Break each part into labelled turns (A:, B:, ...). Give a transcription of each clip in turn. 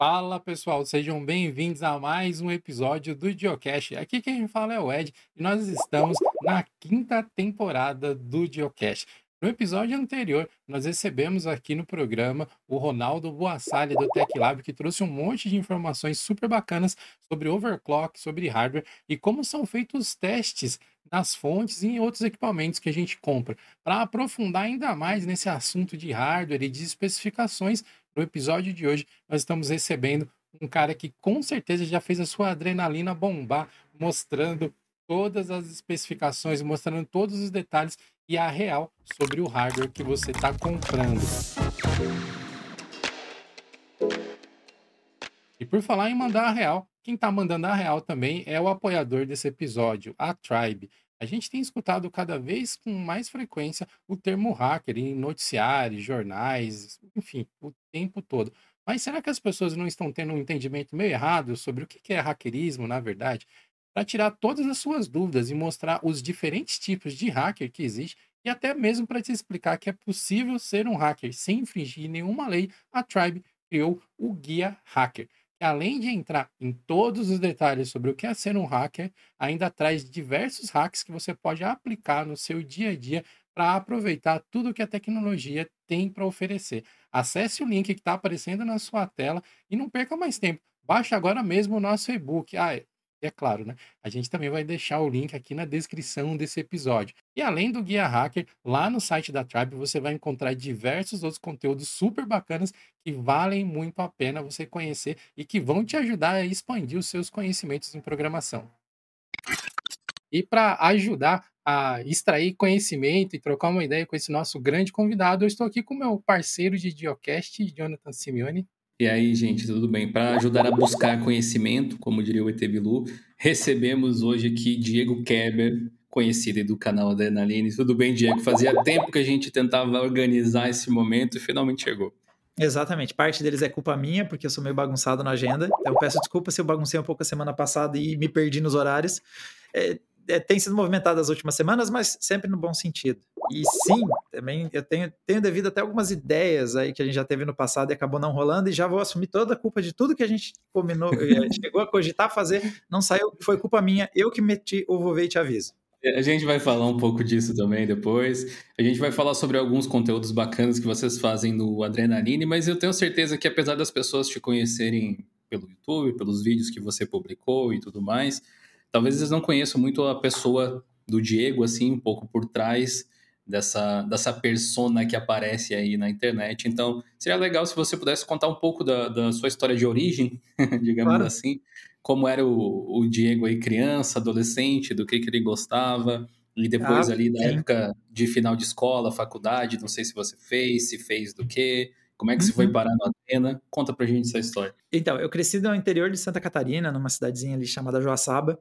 A: Fala pessoal, sejam bem-vindos a mais um episódio do Geocast. Aqui quem fala é o Ed e nós estamos na quinta temporada do Geocast. No episódio anterior, nós recebemos aqui no programa o Ronaldo Boassali do Tech Lab, que trouxe um monte de informações super bacanas sobre overclock, sobre hardware e como são feitos os testes nas fontes e em outros equipamentos que a gente compra. Para aprofundar ainda mais nesse assunto de hardware e de especificações, no episódio de hoje, nós estamos recebendo um cara que com certeza já fez a sua adrenalina bombar, mostrando todas as especificações, mostrando todos os detalhes e a real sobre o hardware que você está comprando. E por falar em mandar a real, quem está mandando a real também é o apoiador desse episódio, a Tribe. A gente tem escutado cada vez com mais frequência o termo hacker em noticiários, jornais, enfim, o tempo todo. Mas será que as pessoas não estão tendo um entendimento meio errado sobre o que é hackerismo, na verdade? Para tirar todas as suas dúvidas e mostrar os diferentes tipos de hacker que existe e até mesmo para te explicar que é possível ser um hacker sem infringir nenhuma lei, a Tribe criou o Guia Hacker, que além de entrar em todos os detalhes sobre o que é ser um hacker, ainda traz diversos hacks que você pode aplicar no seu dia a dia para aproveitar tudo que a tecnologia tem para oferecer. Acesse o link que está aparecendo na sua tela e não perca mais tempo. Baixe agora mesmo o nosso e-book. É claro, né? A gente também vai deixar o link aqui na descrição desse episódio. E além do Guia Hacker, lá no site da Tribe você vai encontrar diversos outros conteúdos super bacanas que valem muito a pena você conhecer e que vão te ajudar a expandir os seus conhecimentos em programação. E para ajudar a extrair conhecimento e trocar uma ideia com esse nosso grande convidado, eu estou aqui com o meu parceiro de Geocast, Jonathan Simeone.
B: E aí, gente, tudo bem? Para ajudar a buscar conhecimento, como diria o ET Bilu, recebemos hoje aqui Diego Kerber, conhecido do canal Adrenaline. Tudo bem, Diego? Fazia tempo que a gente tentava organizar esse momento e finalmente chegou.
C: Exatamente. Parte deles é culpa minha, porque eu sou meio bagunçado na agenda. Então, peço desculpa se eu baguncei um pouco a semana passada e me perdi nos horários. Tem sido movimentado as últimas semanas, mas sempre no bom sentido. E sim, também eu tenho devido até algumas ideias aí que a gente já teve no passado e acabou não rolando, e já vou assumir toda a culpa de tudo que a gente combinou, chegou a cogitar fazer, não saiu, foi culpa minha, eu que meti o vou ver e te aviso.
B: A gente vai falar um pouco disso também depois. A gente vai falar sobre alguns conteúdos bacanas que vocês fazem no Adrenaline, mas eu tenho certeza que apesar das pessoas te conhecerem pelo YouTube, pelos vídeos que você publicou e tudo mais, talvez eles não conheçam muito a pessoa do Diego, assim, um pouco por trás dessa persona que aparece aí na internet. Então, seria legal se você pudesse contar um pouco da sua história de origem, digamos
C: Claro.
B: assim, como era o Diego aí criança, adolescente, do que ele gostava, e depois ali da
C: Sim.
B: época de final de escola, faculdade, não sei se você fez, se fez do quê, como é que você foi
C: Uhum.
B: parar no Atena? Conta pra gente essa história.
C: Então, eu cresci no interior de Santa Catarina, numa cidadezinha ali chamada Joaçaba,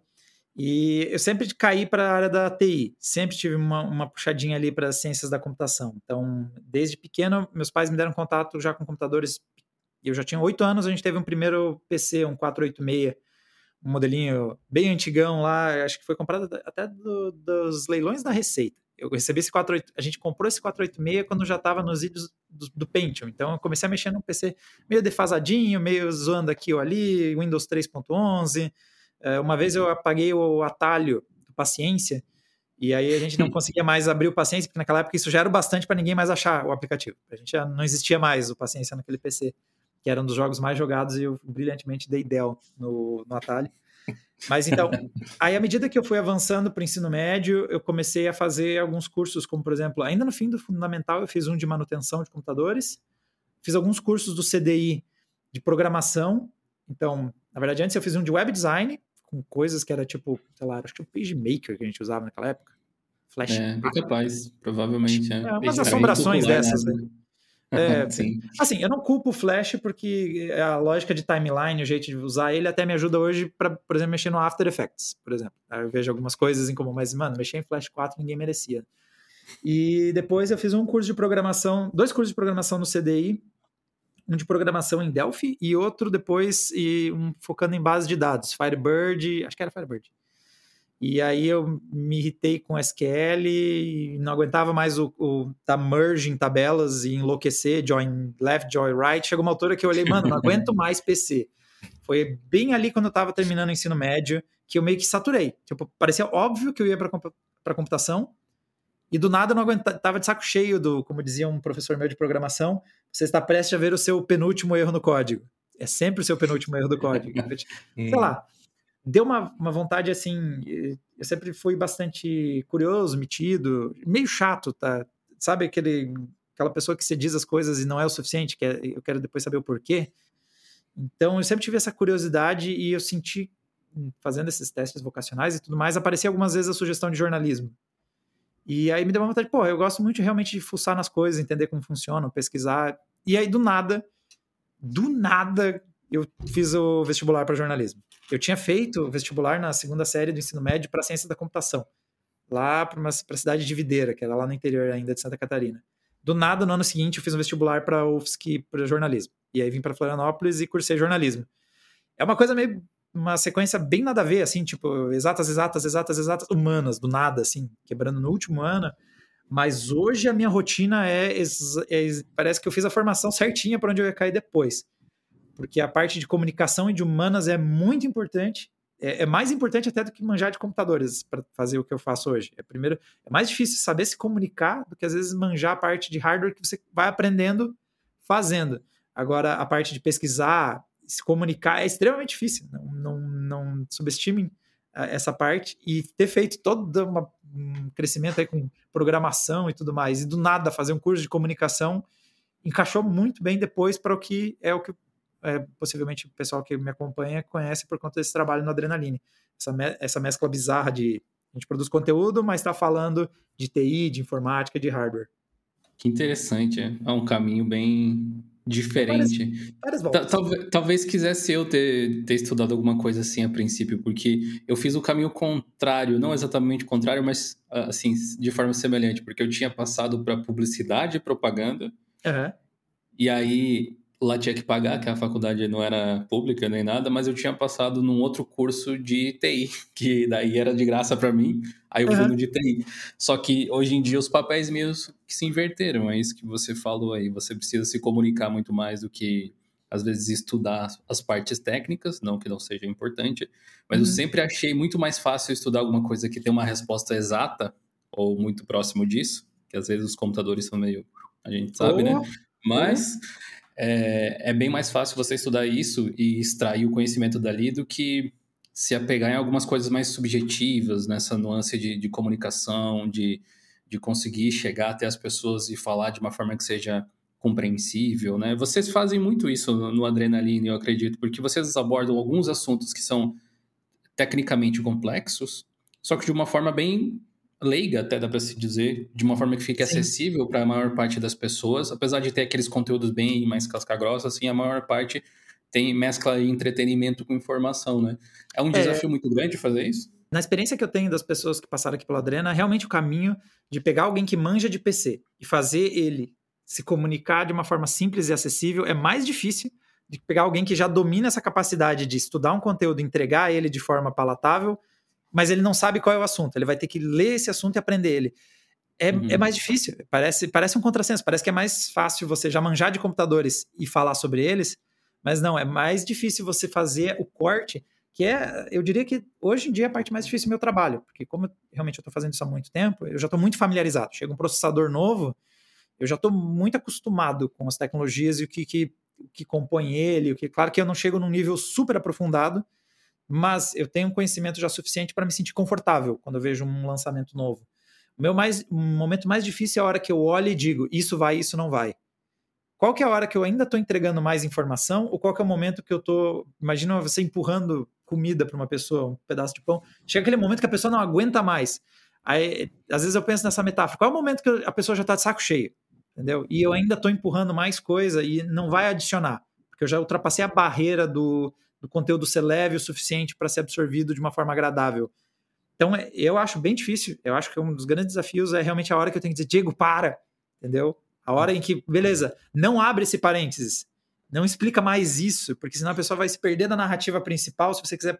C: e eu sempre caí para a área da TI, sempre tive uma puxadinha ali para as ciências da computação. Então, desde pequeno, meus pais me deram contato já com computadores. Eu já tinha 8 anos, a gente teve um primeiro PC, um 486, um modelinho bem antigão lá, acho que foi comprado até dos leilões da Receita. Eu recebi esse 48, a gente comprou esse 486 quando já estava nos vídeos do Pentium, então eu comecei a mexer no PC meio defasadinho, meio zoando aqui ou ali, Windows 3.11. Uma vez eu apaguei o atalho do Paciência, e aí a gente não conseguia mais abrir o Paciência, porque naquela época isso já era o bastante para ninguém mais achar o aplicativo. A gente já não existia mais o Paciência naquele PC, que era um dos jogos mais jogados, e eu brilhantemente dei Dell no atalho. Mas então, aí à medida que eu fui avançando para o ensino médio, eu comecei a fazer alguns cursos, como por exemplo, ainda no fim do fundamental, eu fiz um de manutenção de computadores, fiz alguns cursos do CDI de programação. Então, na verdade, antes eu fiz um de web design, com coisas que era tipo, sei lá, acho que o PageMaker que a gente usava naquela época. Flash.
B: É capaz, provavelmente.
C: Umas
B: Era bem
C: assombrações
B: popular na
C: dessas, né?
B: época. Sim.
C: Assim, eu não culpo o Flash porque a lógica de timeline, o jeito de usar ele até me ajuda hoje para, por exemplo, mexer no After Effects, por exemplo. Aí eu vejo algumas coisas em comum, mas, mano, mexer em Flash 4 ninguém merecia. E depois eu fiz um curso de programação, 2 cursos de programação no CDI, um de programação em Delphi e outro depois focando em base de dados, Firebird, acho que era Firebird. E aí eu me irritei com SQL e não aguentava mais o dar merge em tabelas e enlouquecer, join left, join right. Chegou uma altura que eu olhei, mano, não aguento mais PC. Foi bem ali quando eu estava terminando o ensino médio que eu meio que saturei. Tipo, parecia óbvio que eu ia para computação e do nada eu não aguentava, tava de saco cheio do, como dizia um professor meu de programação, você está prestes a ver o seu penúltimo erro no código. É sempre o seu penúltimo erro do código. Sei lá, deu uma vontade assim. Eu sempre fui bastante curioso, metido, meio chato, tá? Sabe aquela pessoa que você diz as coisas e não é o suficiente, eu quero depois saber o porquê. Então eu sempre tive essa curiosidade e eu senti, fazendo esses testes vocacionais e tudo mais, aparecia algumas vezes a sugestão de jornalismo. E aí me deu uma vontade, pô, eu gosto muito realmente de fuçar nas coisas, entender como funcionam, pesquisar. E aí do nada, eu fiz o vestibular para jornalismo. Eu tinha feito o vestibular na segunda série do ensino médio para ciência da computação, lá para a cidade de Videira, que era lá no interior ainda de Santa Catarina. Do nada, no ano seguinte, eu fiz um vestibular para UFSC para jornalismo. E aí vim para Florianópolis e cursei jornalismo. É uma coisa meio, uma sequência bem nada a ver, assim, tipo, exatas, humanas, do nada, assim, quebrando no último ano. Mas hoje a minha rotina parece que eu fiz a formação certinha para onde eu ia cair depois. Porque a parte de comunicação e de humanas é muito importante. É mais importante até do que manjar de computadores para fazer o que eu faço hoje. É mais difícil saber se comunicar do que às vezes manjar a parte de hardware que você vai aprendendo fazendo. Agora, a parte de pesquisar, se comunicar é extremamente difícil. Não subestimem essa parte. E ter feito todo um crescimento aí com programação e tudo mais, e do nada fazer um curso de comunicação, encaixou muito bem depois para o que possivelmente o pessoal que me acompanha conhece por conta desse trabalho no Adrenaline. Essa mescla bizarra de a gente produz conteúdo, mas está falando de TI, de informática, de hardware.
B: Que interessante, é um caminho bem diferente.
C: Várias voltas.
B: Talvez quisesse eu ter estudado alguma coisa assim a princípio, porque eu fiz o caminho contrário, não exatamente contrário, mas assim, de forma semelhante, porque eu tinha passado para publicidade e propaganda,
C: Uhum.
B: e aí lá tinha que pagar, que a faculdade não era pública nem nada, mas eu tinha passado num outro curso de TI, que daí era de graça para mim, aí eu fui no de TI. Só que hoje em dia os papéis meus que se inverteram, é isso que você falou aí, você precisa se comunicar muito mais do que, às vezes, estudar as partes técnicas, não que não seja importante, mas eu sempre achei muito mais fácil estudar alguma coisa que tem uma resposta exata, ou muito próximo disso, que às vezes os computadores são meio, a gente sabe, né? Mas é bem mais fácil você estudar isso e extrair o conhecimento dali do que se apegar em algumas coisas mais subjetivas, nessa nuance de comunicação, de conseguir chegar até as pessoas e falar de uma forma que seja compreensível, né? Vocês fazem muito isso no Adrenaline, eu acredito, porque vocês abordam alguns assuntos que são tecnicamente complexos, só que de uma forma bem leiga, até dá para se dizer, de uma forma que fique acessível para a maior parte das pessoas, apesar de ter aqueles conteúdos bem mais casca-grossa, assim, a maior parte tem mescla entretenimento com informação, né? É um desafio muito grande fazer isso?
C: Na experiência que eu tenho das pessoas que passaram aqui pela Adrena, realmente o caminho de pegar alguém que manja de PC e fazer ele se comunicar de uma forma simples e acessível é mais difícil de pegar alguém que já domina essa capacidade de estudar um conteúdo e entregar ele de forma palatável, mas ele não sabe qual é o assunto. Ele vai ter que ler esse assunto e aprender ele. É mais difícil. Parece um contrassenso. Parece que é mais fácil você já manjar de computadores e falar sobre eles, mas não, é mais difícil você fazer o corte, que eu diria que hoje em dia é a parte mais difícil do meu trabalho, porque como realmente eu estou fazendo isso há muito tempo, eu já estou muito familiarizado. Chega um processador novo, eu já estou muito acostumado com as tecnologias e o que compõe ele. Claro que eu não chego num nível super aprofundado, mas eu tenho um conhecimento já suficiente para me sentir confortável quando eu vejo um lançamento novo. O momento mais difícil é a hora que eu olho e digo, isso vai, isso não vai. Qual que é a hora que eu ainda estou entregando mais informação ou qual que é o momento que eu estou... Imagina você empurrando comida para uma pessoa, um pedaço de pão. Chega aquele momento que a pessoa não aguenta mais. Aí, às vezes eu penso nessa metáfora. Qual é o momento que a pessoa já está de saco cheio? Entendeu? E eu ainda estou empurrando mais coisa e não vai adicionar. Porque eu já ultrapassei a barreira do conteúdo ser leve o suficiente para ser absorvido de uma forma agradável. Então, eu acho bem difícil. Eu acho que um dos grandes desafios é realmente a hora que eu tenho que dizer, Diego, para! Entendeu? A hora em que, beleza, não abre esse parênteses. Não explica mais isso, porque senão a pessoa vai se perder da narrativa principal. Se você quiser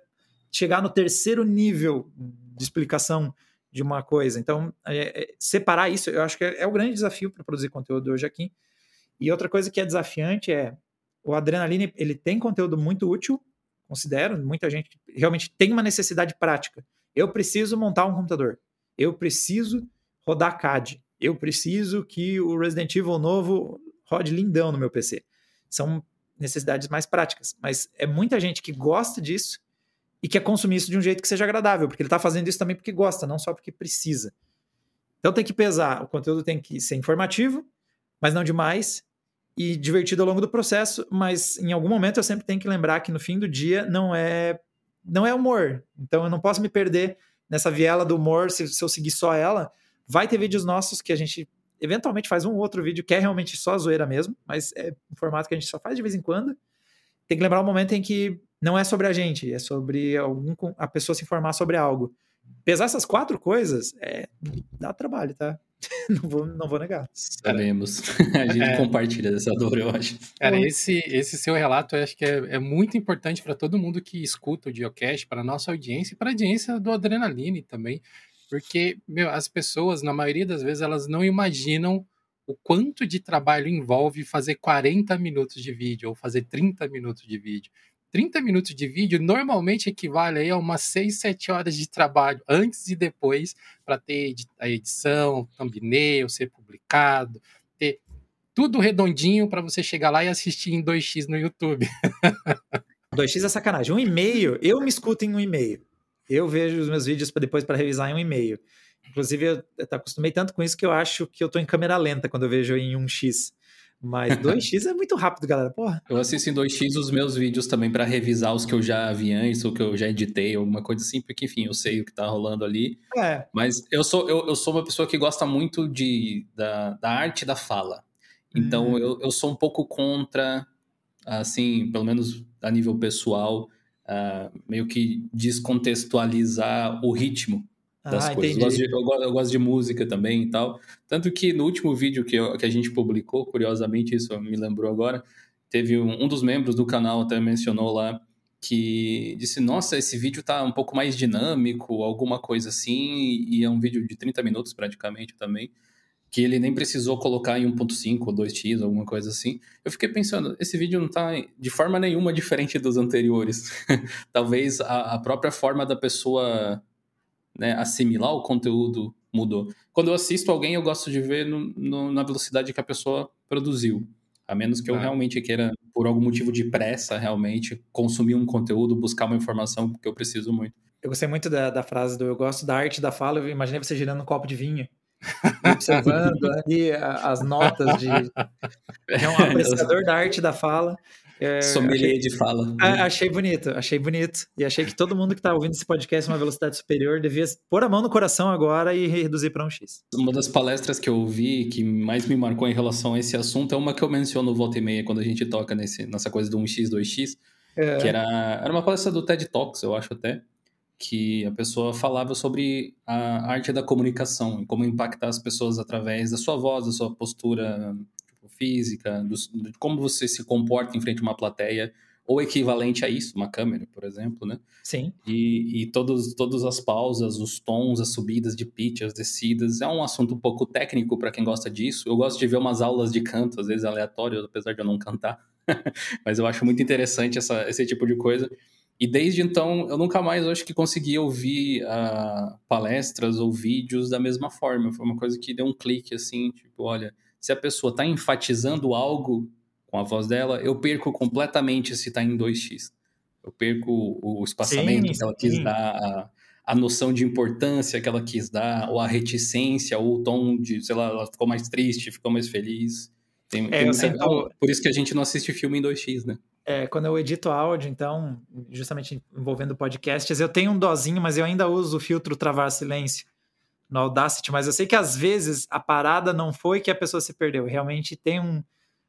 C: chegar no terceiro nível de explicação de uma coisa. Então, separar isso, eu acho que é o grande desafio para produzir conteúdo hoje aqui. E outra coisa que é desafiante é o Adrenaline, ele tem conteúdo muito útil, considero, muita gente realmente tem uma necessidade prática. Eu preciso montar um computador, eu preciso rodar CAD, eu preciso que o Resident Evil novo rode lindão no meu PC. São necessidades mais práticas, mas é muita gente que gosta disso e quer consumir isso de um jeito que seja agradável, porque ele está fazendo isso também porque gosta, não só porque precisa. Então tem que pesar, o conteúdo tem que ser informativo, mas não demais, e divertido ao longo do processo, mas em algum momento eu sempre tenho que lembrar que no fim do dia não é humor. Então eu não posso me perder nessa viela do humor se eu seguir só ela. Vai ter vídeos nossos que a gente eventualmente faz um outro vídeo que é realmente só zoeira mesmo, mas é um formato que a gente só faz de vez em quando. Tem que lembrar o momento em que não é sobre a gente, é sobre a pessoa se informar sobre algo. Pesar essas 4 coisas dá trabalho, tá? Não vou negar.
B: Sabemos. A gente compartilha dessa dor, eu acho.
A: Cara, esse seu relato eu acho que é muito importante para todo mundo que escuta o Geocast, para a nossa audiência e para a audiência do Adrenaline também, porque, as pessoas, na maioria das vezes, elas não imaginam o quanto de trabalho envolve fazer 40 minutos de vídeo ou fazer 30 minutos de vídeo. 30 minutos de vídeo normalmente equivale aí a umas 6, 7 horas de trabalho antes e depois para ter a edição, thumbnail, ser publicado, ter tudo redondinho para você chegar lá e assistir em 2x no YouTube.
C: 2x é sacanagem. 1,5, eu me escuto em 1,5. Eu vejo os meus vídeos depois para revisar em 1,5. Inclusive, eu acostumei tanto com isso que eu acho que eu tô em câmera lenta quando eu vejo em 1x. Mas 2x é muito rápido, galera. Porra.
B: Eu assisto em 2x os meus vídeos também para revisar os que eu já vi antes, ou que eu já editei, alguma coisa assim, porque, enfim, eu sei o que tá rolando ali. Mas eu sou uma pessoa que gosta muito da arte da fala. Então, eu sou um pouco contra, assim, pelo menos a nível pessoal, meio que descontextualizar o ritmo das coisas. Eu gosto de música também e tal. Tanto que no último vídeo que a gente publicou, curiosamente, isso me lembrou agora, teve um dos membros do canal até mencionou lá que disse, nossa, esse vídeo tá um pouco mais dinâmico, alguma coisa assim, e é um vídeo de 30 minutos praticamente também, que ele nem precisou colocar em 1.5 ou 2x, alguma coisa assim. Eu fiquei pensando, esse vídeo não tá de forma nenhuma diferente dos anteriores. Talvez a própria forma da pessoa, né, assimilar o conteúdo mudou. Quando eu assisto alguém, eu gosto de ver na velocidade que a pessoa produziu. A menos que eu realmente queira, por algum motivo de pressa, realmente, consumir um conteúdo, buscar uma informação que eu preciso muito.
C: Eu gostei muito da frase do eu gosto da arte da fala. Eu imaginei você girando um copo de vinho e observando ali as notas de... É um apreciador da arte da fala.
B: Sommelier de fala.
C: Achei bonito. E achei que todo mundo que está ouvindo esse podcast numa velocidade superior devia pôr a mão no coração agora e reduzir para 1x.
B: Uma das palestras que eu ouvi que mais me marcou em relação a esse assunto é uma que eu menciono volta e meia quando a gente toca nessa coisa do 1x, 2x, que era uma palestra do TED Talks, eu acho até, que a pessoa falava sobre a arte da comunicação e como impactar as pessoas através da sua voz, da sua postura física, de como você se comporta em frente a uma plateia, ou equivalente a isso, uma câmera, por exemplo, né?
C: Sim.
B: E todas as pausas, os tons, as subidas de pitch, as descidas, é um assunto um pouco técnico para quem gosta disso. Eu gosto de ver umas aulas de canto, às vezes aleatórias, apesar de eu não cantar, mas eu acho muito interessante esse tipo de coisa. E desde então, eu nunca mais acho que consegui ouvir palestras ou vídeos da mesma forma. Foi uma coisa que deu um clique, assim, tipo, olha, se a pessoa está enfatizando algo com a voz dela, eu perco completamente se está em 2x. Eu perco o espaçamento que ela quis dar, a noção de importância que ela quis dar, ou a reticência, ou o tom de, sei lá, ela ficou mais triste, ficou mais feliz. Por isso que a gente não assiste filme em 2x, né?
C: Quando eu edito áudio, então, justamente envolvendo podcasts, eu tenho um dozinho, mas eu ainda uso o filtro travar silêncio no Audacity, mas eu sei que às vezes a parada não foi que a pessoa se perdeu, realmente tem um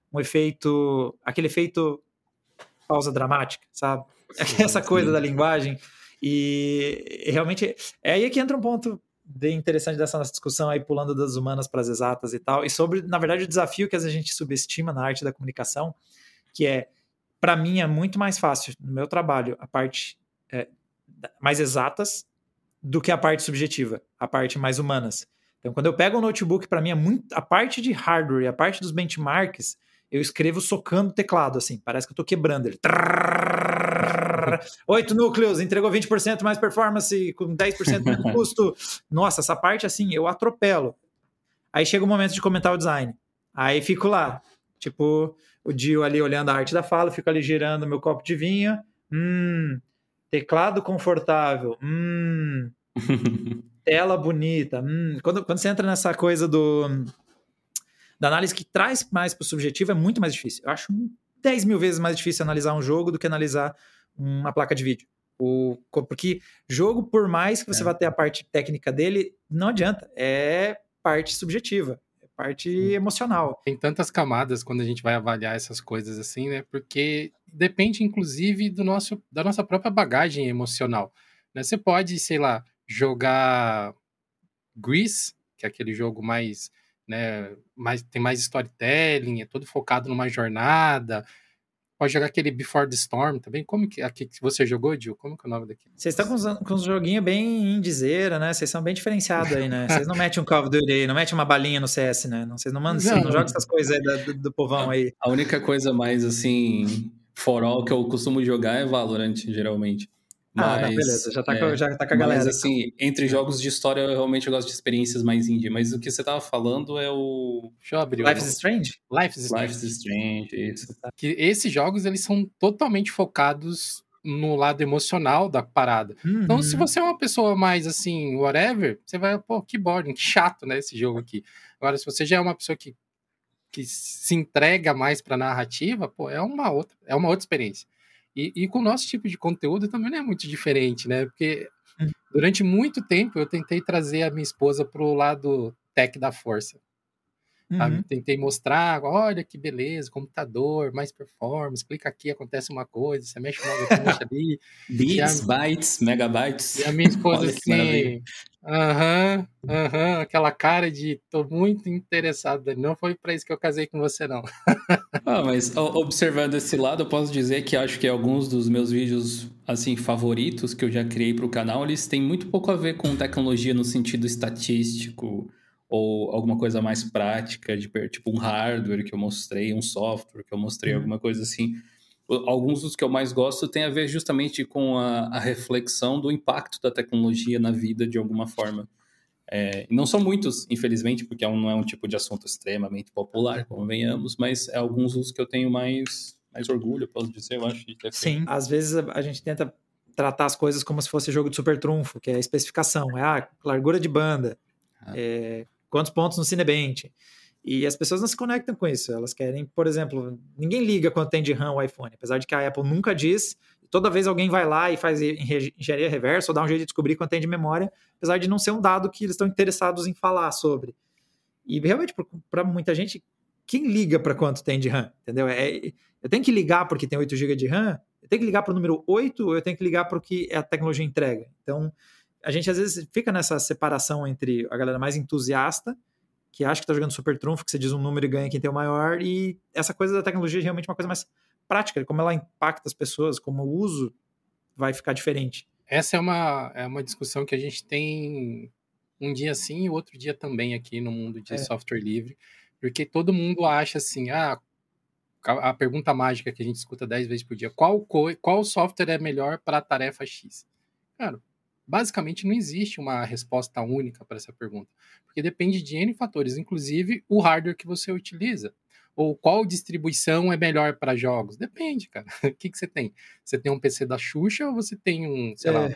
C: efeito, aquele efeito pausa dramática, sabe? Sim, essa coisa da linguagem, e realmente é aí que entra um ponto bem interessante dessa nossa discussão aí, pulando das humanas para as exatas e tal, e sobre, na verdade, o desafio que a gente subestima na arte da comunicação, que para mim é muito mais fácil no meu trabalho, a parte mais exatas do que a parte subjetiva, a parte mais humanas. Então, quando eu pego um notebook, para mim é muito a parte de hardware e a parte dos benchmarks, eu escrevo socando o teclado, assim, parece que eu tô quebrando ele. 8 núcleos, entregou 20% mais performance, com 10% menos custo. Nossa, essa parte, assim, eu atropelo. Aí chega o momento de comentar o design. Aí fico lá, tipo, o Dio ali olhando a arte da fala, fico ali girando meu copo de vinho. Teclado confortável. Tela bonita. Quando você entra nessa coisa da análise que traz mais para o subjetivo, é muito mais difícil. Eu acho 10 mil vezes mais difícil analisar um jogo do que analisar uma placa de vídeo. Porque jogo, por mais que você vá ter a parte técnica dele, não adianta. É parte subjetiva. É parte emocional.
A: Tem tantas camadas quando a gente vai avaliar essas coisas assim, né? Porque depende, inclusive, da nossa própria bagagem emocional. Né? Você pode, sei lá, jogar Grease, que é aquele jogo mais, né, tem mais storytelling, é todo focado numa jornada. Pode jogar aquele Before the Storm também. Como que aqui que você jogou, Gil? Como que é o nome daquele?
C: Vocês estão com uns joguinhos bem indizeira, né? Vocês são bem diferenciados aí, né? Vocês não metem um Call of Duty aí, não metem uma balinha no CS, né? Vocês não jogam essas coisas aí do povão aí.
B: A única coisa mais, assim, for all que eu costumo jogar é Valorant, geralmente.
C: Não, beleza. Já tá com a galera.
B: Mas, assim, entre jogos de história, eu realmente gosto de experiências mais indie. Mas o que você tava falando é o...
A: Deixa eu abrir
C: Life is Strange?
A: Life is
B: Strange, isso.
A: Que esses jogos, eles são totalmente focados no lado emocional da parada. Então, se você é uma pessoa mais, assim, whatever, você vai, pô, que boring, que chato, né, esse jogo aqui. Agora, se você já é uma pessoa que se entrega mais pra narrativa, pô, é uma outra experiência. E com o nosso tipo de conteúdo também não é muito diferente, né? Porque durante muito tempo eu tentei trazer a minha esposa pro lado tech da força. Sabe? Tentei mostrar, olha que beleza, computador, mais performance, clica aqui, acontece uma coisa, você mexe uma aqui, mexe ali.
B: Bits, bytes, megabytes.
A: E a minha esposa assim, aquela cara de tô muito interessado, não foi pra isso que eu casei com você, não.
B: Mas observando esse lado, eu posso dizer que acho que alguns dos meus vídeos, assim, favoritos que eu já criei pro canal, eles têm muito pouco a ver com tecnologia no sentido estatístico, ou alguma coisa mais prática, tipo um hardware que eu mostrei, um software que eu mostrei, alguma coisa assim. Alguns dos que eu mais gosto têm a ver justamente com a reflexão do impacto da tecnologia na vida de alguma forma. Não são muitos, infelizmente, porque não é um tipo de assunto extremamente popular, convenhamos, mas é alguns dos que eu tenho mais orgulho, posso dizer, eu acho.
C: Sim, às vezes a gente tenta tratar as coisas como se fosse jogo de super trunfo, que é a especificação, largura de banda, quantos pontos no Cinebench. E as pessoas não se conectam com isso. Elas querem, por exemplo, ninguém liga quanto tem de RAM o iPhone, apesar de que a Apple nunca diz. Toda vez alguém vai lá e faz engenharia reversa ou dá um jeito de descobrir quanto tem de memória, apesar de não ser um dado que eles estão interessados em falar sobre. E realmente, para muita gente, quem liga para quanto tem de RAM? Entendeu? Eu tenho que ligar porque tem 8 GB de RAM? Eu tenho que ligar para o número 8 ou eu tenho que ligar para o que a tecnologia entrega? Então, a gente às vezes fica nessa separação entre a galera mais entusiasta, que acha que está jogando super trunfo, que você diz um número e ganha quem tem o maior, e essa coisa da tecnologia é realmente uma coisa mais prática, como ela impacta as pessoas, como o uso vai ficar diferente.
A: Essa é uma discussão que a gente tem um dia sim e outro dia também aqui no mundo de software livre, porque todo mundo acha assim, a pergunta mágica que a gente escuta 10 vezes por dia, qual software é melhor para a tarefa X? Cara, basicamente não existe uma resposta única para essa pergunta, porque depende de N fatores, inclusive o hardware que você utiliza. Ou qual distribuição é melhor para jogos? Depende, cara. O que você tem? Você tem um PC da Xuxa ou você tem um, sei lá,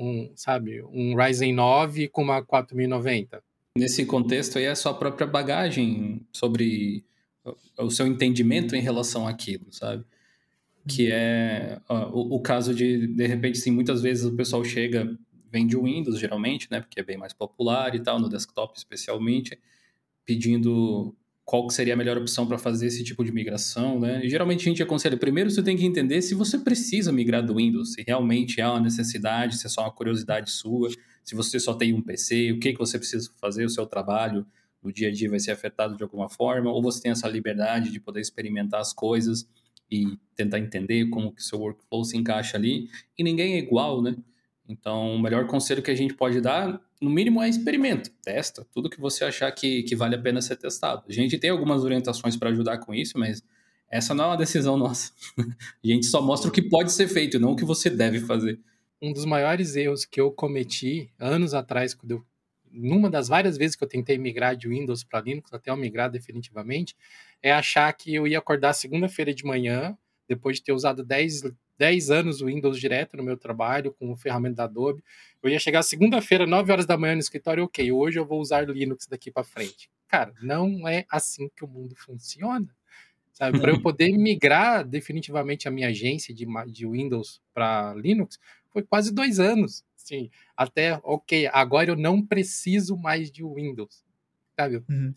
A: um Ryzen 9 com uma 4090?
B: Nesse contexto aí é a sua própria bagagem sobre o seu entendimento em relação àquilo, sabe? Que é o caso de repente, sim, muitas vezes o pessoal vem de Windows, geralmente, né? Porque é bem mais popular e tal, no desktop especialmente, pedindo qual que seria a melhor opção para fazer esse tipo de migração, né? E geralmente a gente aconselha, primeiro você tem que entender se você precisa migrar do Windows, se realmente é uma necessidade, se é só uma curiosidade sua, se você só tem um PC, o que você precisa fazer, o seu trabalho no dia a dia vai ser afetado de alguma forma, ou você tem essa liberdade de poder experimentar as coisas e tentar entender como que o seu workflow se encaixa ali, e ninguém é igual, né? Então, o melhor conselho que a gente pode dar, no mínimo, é experimenta, testa tudo que você achar que vale a pena ser testado. A gente tem algumas orientações para ajudar com isso, mas essa não é uma decisão nossa. A gente só mostra o que pode ser feito, não o que você deve fazer.
A: Um dos maiores erros que eu cometi anos atrás, numa das várias vezes que eu tentei migrar de Windows para Linux, até eu migrar definitivamente, é achar que eu ia acordar segunda-feira de manhã, depois de ter usado 10 anos o Windows direto no meu trabalho, com o ferramenta da Adobe. Eu ia chegar segunda-feira, 9 horas da manhã no escritório, ok, hoje eu vou usar Linux daqui para frente. Cara, não é assim que o mundo funciona. Sabe? Para eu poder migrar definitivamente a minha agência de Windows para Linux, foi quase 2 anos. Assim, até, ok, agora eu não preciso mais de Windows. Sabe?
C: Uhum.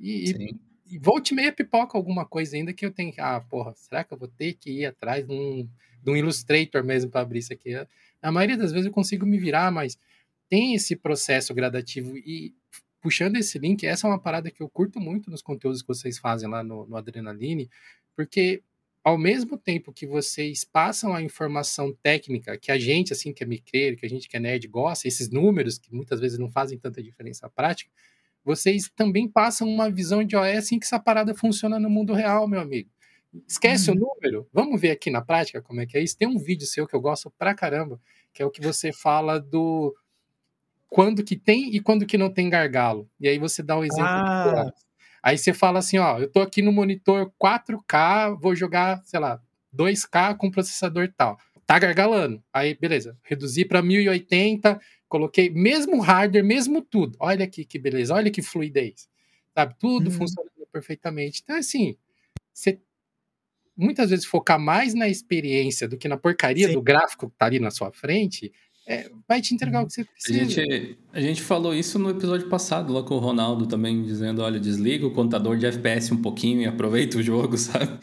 A: E volta e meia pipoca alguma coisa ainda que eu tenho. Porra, será que eu vou ter que ir atrás de um Illustrator mesmo para abrir isso aqui? Na maioria das vezes eu consigo me virar, mas tem esse processo gradativo. E puxando esse link, essa é uma parada que eu curto muito nos conteúdos que vocês fazem lá no Adrenaline, porque ao mesmo tempo que vocês passam a informação técnica que a gente, assim, que é micreiro, que a gente que é nerd gosta, esses números que muitas vezes não fazem tanta diferença prática, vocês também passam uma visão de OS assim que essa parada funciona no mundo real, meu amigo. Esquece o número, vamos ver aqui na prática como é que é isso. Tem um vídeo seu que eu gosto pra caramba, que é o que você fala do quando que tem e quando que não tem gargalo. E aí você dá um exemplo de horas. Aí você fala assim, ó, eu tô aqui no monitor 4K, vou jogar, sei lá, 2K com processador tal. Tá gargalando. Aí, beleza, reduzi para 1080, coloquei mesmo hardware, mesmo tudo. Olha aqui que beleza, olha que fluidez. Sabe, tudo funcionando perfeitamente. Então, assim, você muitas vezes focar mais na experiência do que na porcaria do gráfico que tá ali na sua frente, vai te entregar o que você precisa.
B: A gente falou isso no episódio passado, lá com o Ronaldo também, dizendo, olha, desliga o contador de FPS um pouquinho e aproveita o jogo, sabe?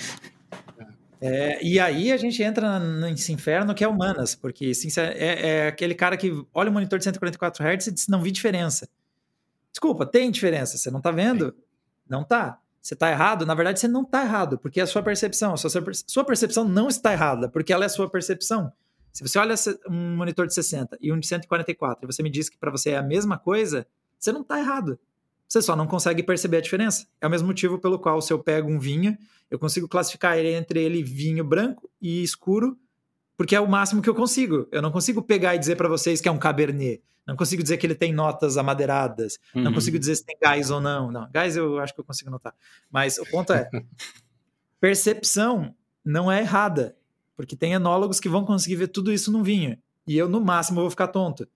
C: E aí a gente entra nesse inferno que é humanas, porque assim, é aquele cara que olha o monitor de 144 Hz e diz, não vi diferença. Desculpa, tem diferença, você não tá vendo? Não tá. Você tá errado? Na verdade, você não tá errado, porque é a sua percepção. Sua percepção não está errada, porque ela é a sua percepção. Se você olha um monitor de 60 e um de 144 e você me diz que para você é a mesma coisa, você não tá errado. Você só não consegue perceber a diferença. É o mesmo motivo pelo qual, se eu pego um vinho, eu consigo classificar ele entre ele vinho branco e escuro, porque é o máximo que eu consigo. Eu não consigo pegar e dizer para vocês que é um Cabernet. Não consigo dizer que ele tem notas amadeiradas. Não consigo dizer se tem gás ou não. Não, gás eu acho que eu consigo notar. Mas o ponto é, percepção não é errada, porque tem enólogos que vão conseguir ver tudo isso num vinho. E eu, no máximo, vou ficar tonto.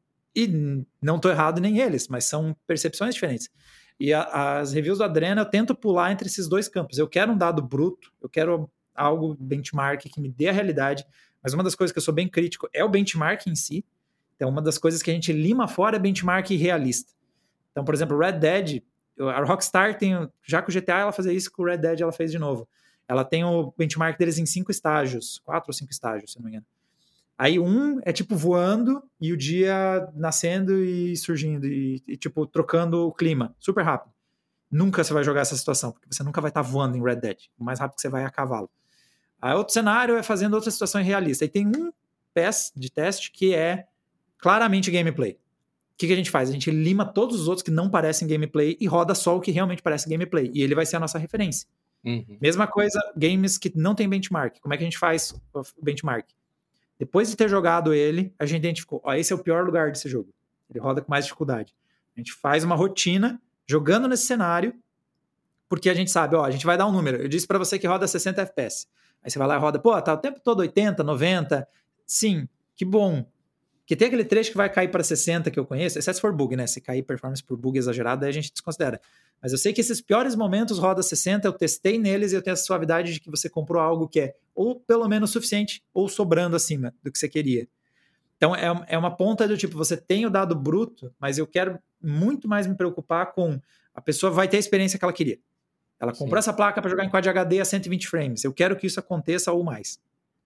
C: E não estou errado nem eles, mas são percepções diferentes. E as reviews do Adrena, eu tento pular entre esses dois campos. Eu quero um dado bruto, eu quero algo benchmark que me dê a realidade, mas uma das coisas que eu sou bem crítico é o benchmark em si. Então, uma das coisas que a gente lima fora é benchmark realista. Então, por exemplo, Red Dead, a Rockstar tem, já que o GTA ela fazia isso, com o Red Dead ela fez de novo. Ela tem o benchmark deles em 5 estágios, 4 ou 5 estágios, se não me engano. Aí é tipo voando e o dia nascendo e surgindo e tipo trocando o clima, super rápido. Nunca você vai jogar essa situação, porque você nunca vai estar voando em Red Dead. O mais rápido que você vai é a cavalo. Aí outro cenário é fazendo outra situação realista. Aí tem um pass de teste que é claramente gameplay. O que a gente faz? A gente lima todos os outros que não parecem gameplay e roda só o que realmente parece gameplay. E ele vai ser a nossa referência. Mesma coisa, games que não tem benchmark. Como é que a gente faz o benchmark? Depois de ter jogado ele, a gente identificou, esse é o pior lugar desse jogo. Ele roda com mais dificuldade. A gente faz uma rotina jogando nesse cenário, porque a gente sabe, a gente vai dar um número. Eu disse para você que roda 60 FPS. Aí você vai lá e roda, tá o tempo todo 80, 90. Sim, que bom. Porque tem aquele trecho que vai cair para 60 que eu conheço, exceto se for bug, né? Se cair performance por bug exagerado, aí a gente desconsidera. Mas eu sei que esses piores momentos roda 60, eu testei neles e eu tenho a suavidade de que você comprou algo que é ou pelo menos suficiente ou sobrando acima do que você queria. Então é uma ponta do tipo, você tem o dado bruto, mas eu quero muito mais me preocupar com a pessoa vai ter a experiência que ela queria. Ela comprou essa placa para jogar em Quad HD a 120 frames. Eu quero que isso aconteça ou mais.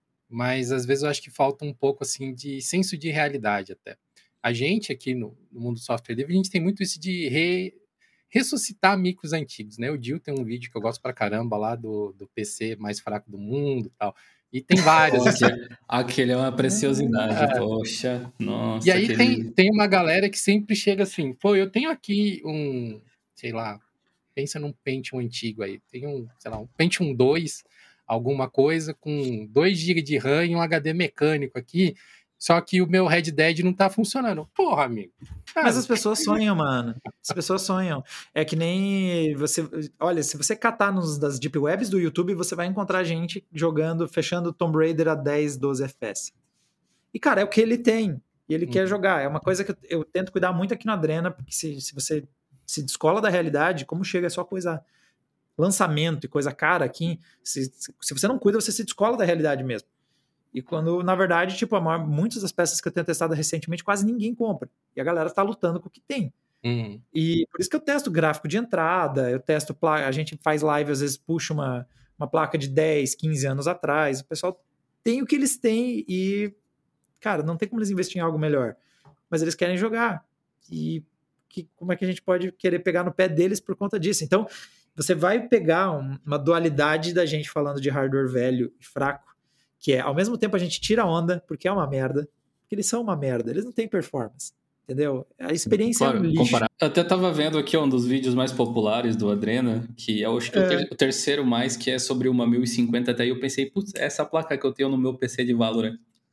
A: Mas às vezes eu acho que falta um pouco assim de senso de realidade até. A gente aqui no mundo do software livre, a gente tem muito isso de ressuscitar micros antigos, né? O Dil tem um vídeo que eu gosto pra caramba lá do PC mais fraco do mundo e tal. E tem vários,
B: Pô,
A: assim.
B: aquele é uma preciosidade,
A: É.
B: poxa,
A: E
B: nossa,
A: aí
B: aquele...
A: tem uma galera que sempre chega assim, pô, eu tenho aqui um, sei lá, pensa num Pentium antigo aí, tem um, sei lá, um Pentium 2, alguma coisa, com 2 GB de RAM e um HD mecânico aqui, só que o meu Red Dead não tá funcionando. Porra, amigo.
C: Mas
A: Cara,
C: as pessoas sonham, mano. As pessoas sonham. É que nem você. Olha, se você catar nos das Deep Webs do YouTube, você vai encontrar gente jogando, fechando Tomb Raider a 10, 12 FPS. E, cara, é o que ele tem. E ele quer jogar. É uma coisa que eu tento cuidar muito aqui no Adrena, porque se você se descola da realidade, como chega é só coisa. Lançamento e coisa cara aqui. Se você não cuida, você se descola da realidade mesmo. E quando, na verdade, tipo, muitas das peças que eu tenho testado recentemente, quase ninguém compra. E a galera tá lutando com o que tem.
A: Uhum.
C: E por isso que eu testo gráfico de entrada, eu testo placa, a gente faz live, às vezes puxa uma placa de 10, 15 anos atrás. O pessoal tem o que eles têm e, cara, não tem como eles investir em algo melhor. Mas eles querem jogar. E como é que a gente pode querer pegar no pé deles por conta disso? Então, você vai pegar uma dualidade da gente falando de hardware velho e fraco, que é, ao mesmo tempo a gente tira a onda, porque é uma merda, porque eles são uma merda, eles não têm performance, entendeu? A experiência é um
B: Claro,
C: lixo.
B: comparar. Eu até tava vendo aqui um dos vídeos mais populares do Adrena, que eu acho que o terceiro mais, que é sobre uma 1050 Ti. Eu pensei, putz, essa placa que eu tenho no meu PC de Valorant.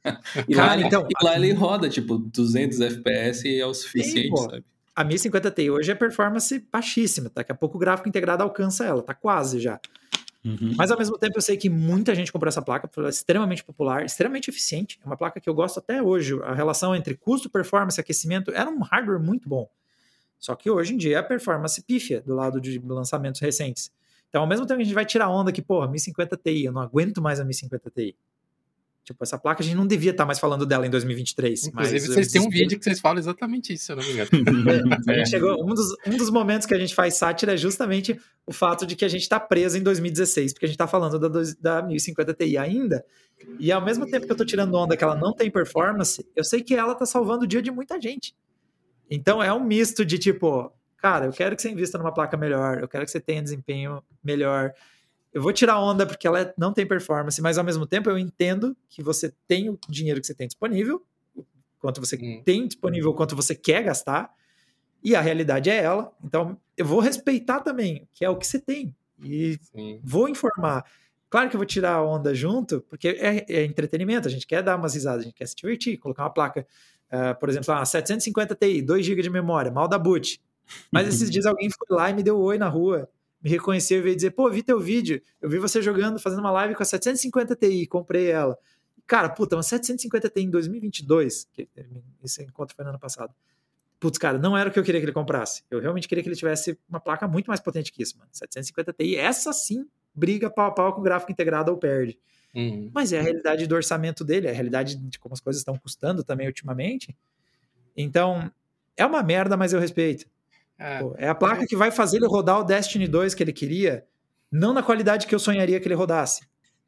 C: Cara, então,
B: E lá ele roda, tipo, 200 FPS e é o
C: sim,
B: suficiente,
C: pô.
B: sabe?
C: A 1050 Ti hoje é performance baixíssima, daqui a pouco o gráfico integrado alcança ela, tá quase já. Mas ao mesmo tempo eu sei que muita gente comprou essa placa, porque ela é extremamente popular, extremamente eficiente. É uma placa que eu gosto até hoje. A relação entre custo, performance e aquecimento era um hardware muito bom. Só que hoje em dia a performance pífia do lado de lançamentos recentes. Então, ao mesmo tempo que a gente vai tirar onda que, porra, 1050 Ti, eu não aguento mais a 1050 Ti. Tipo, essa placa a gente não devia estar mais falando dela em 2023,
A: Inclusive,
C: mas o
A: vocês têm um
C: desespero.
A: vídeo que vocês falam exatamente isso, se eu não me engano.
C: A gente chegou, um dos momentos que a gente faz sátira é justamente o fato de que a gente está preso em 2016, porque a gente está falando da 1050 Ti ainda, e ao mesmo tempo que eu estou tirando onda que ela não tem performance, eu sei que ela está salvando o dia de muita gente. Então é um misto de tipo, cara, eu quero que você invista numa placa melhor, eu quero que você tenha desempenho melhor, eu vou tirar onda porque ela não tem performance, mas ao mesmo tempo eu entendo que você tem o dinheiro que você tem disponível, quanto você tem disponível, quanto você quer gastar, e a realidade é ela. Então, eu vou respeitar também, que é o que você tem. E vou informar. Claro que eu vou tirar a onda junto, porque é entretenimento, a gente quer dar umas risadas, a gente quer se divertir, colocar uma placa, por exemplo, 750 Ti, 2 GB de memória, mal da boot. Mas esses dias alguém foi lá e me deu oi na rua, me reconheceu e veio dizer, pô, vi teu vídeo, eu vi você jogando, fazendo uma live com a 750 Ti, comprei ela. Cara, puta, uma 750 Ti em 2022, que esse encontro foi no ano passado. Putz, cara, não era o que eu queria que ele comprasse. Eu realmente queria que ele tivesse uma placa muito mais potente que isso, mano. 750 Ti, essa sim briga pau a pau com o gráfico integrado ou perde. Mas é a realidade do orçamento dele, é a realidade de como as coisas estão custando também ultimamente. Então, é uma merda, mas eu respeito. Pô, é a placa que vai fazer ele rodar o Destiny 2 que ele queria, não na qualidade que eu sonharia que ele rodasse.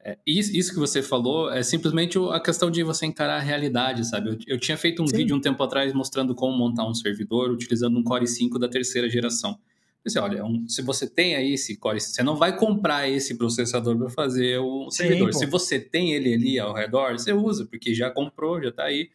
B: Isso que você falou é simplesmente a questão de você encarar a realidade, sabe? Eu tinha feito um vídeo um tempo atrás mostrando como montar um servidor utilizando um Core i5 da terceira geração. Pensei, olha, se você tem aí esse Core, você não vai comprar esse processador para fazer o servidor.
C: Pô.
B: Se você tem ele ali ao redor, você usa, porque já comprou, já tá aí.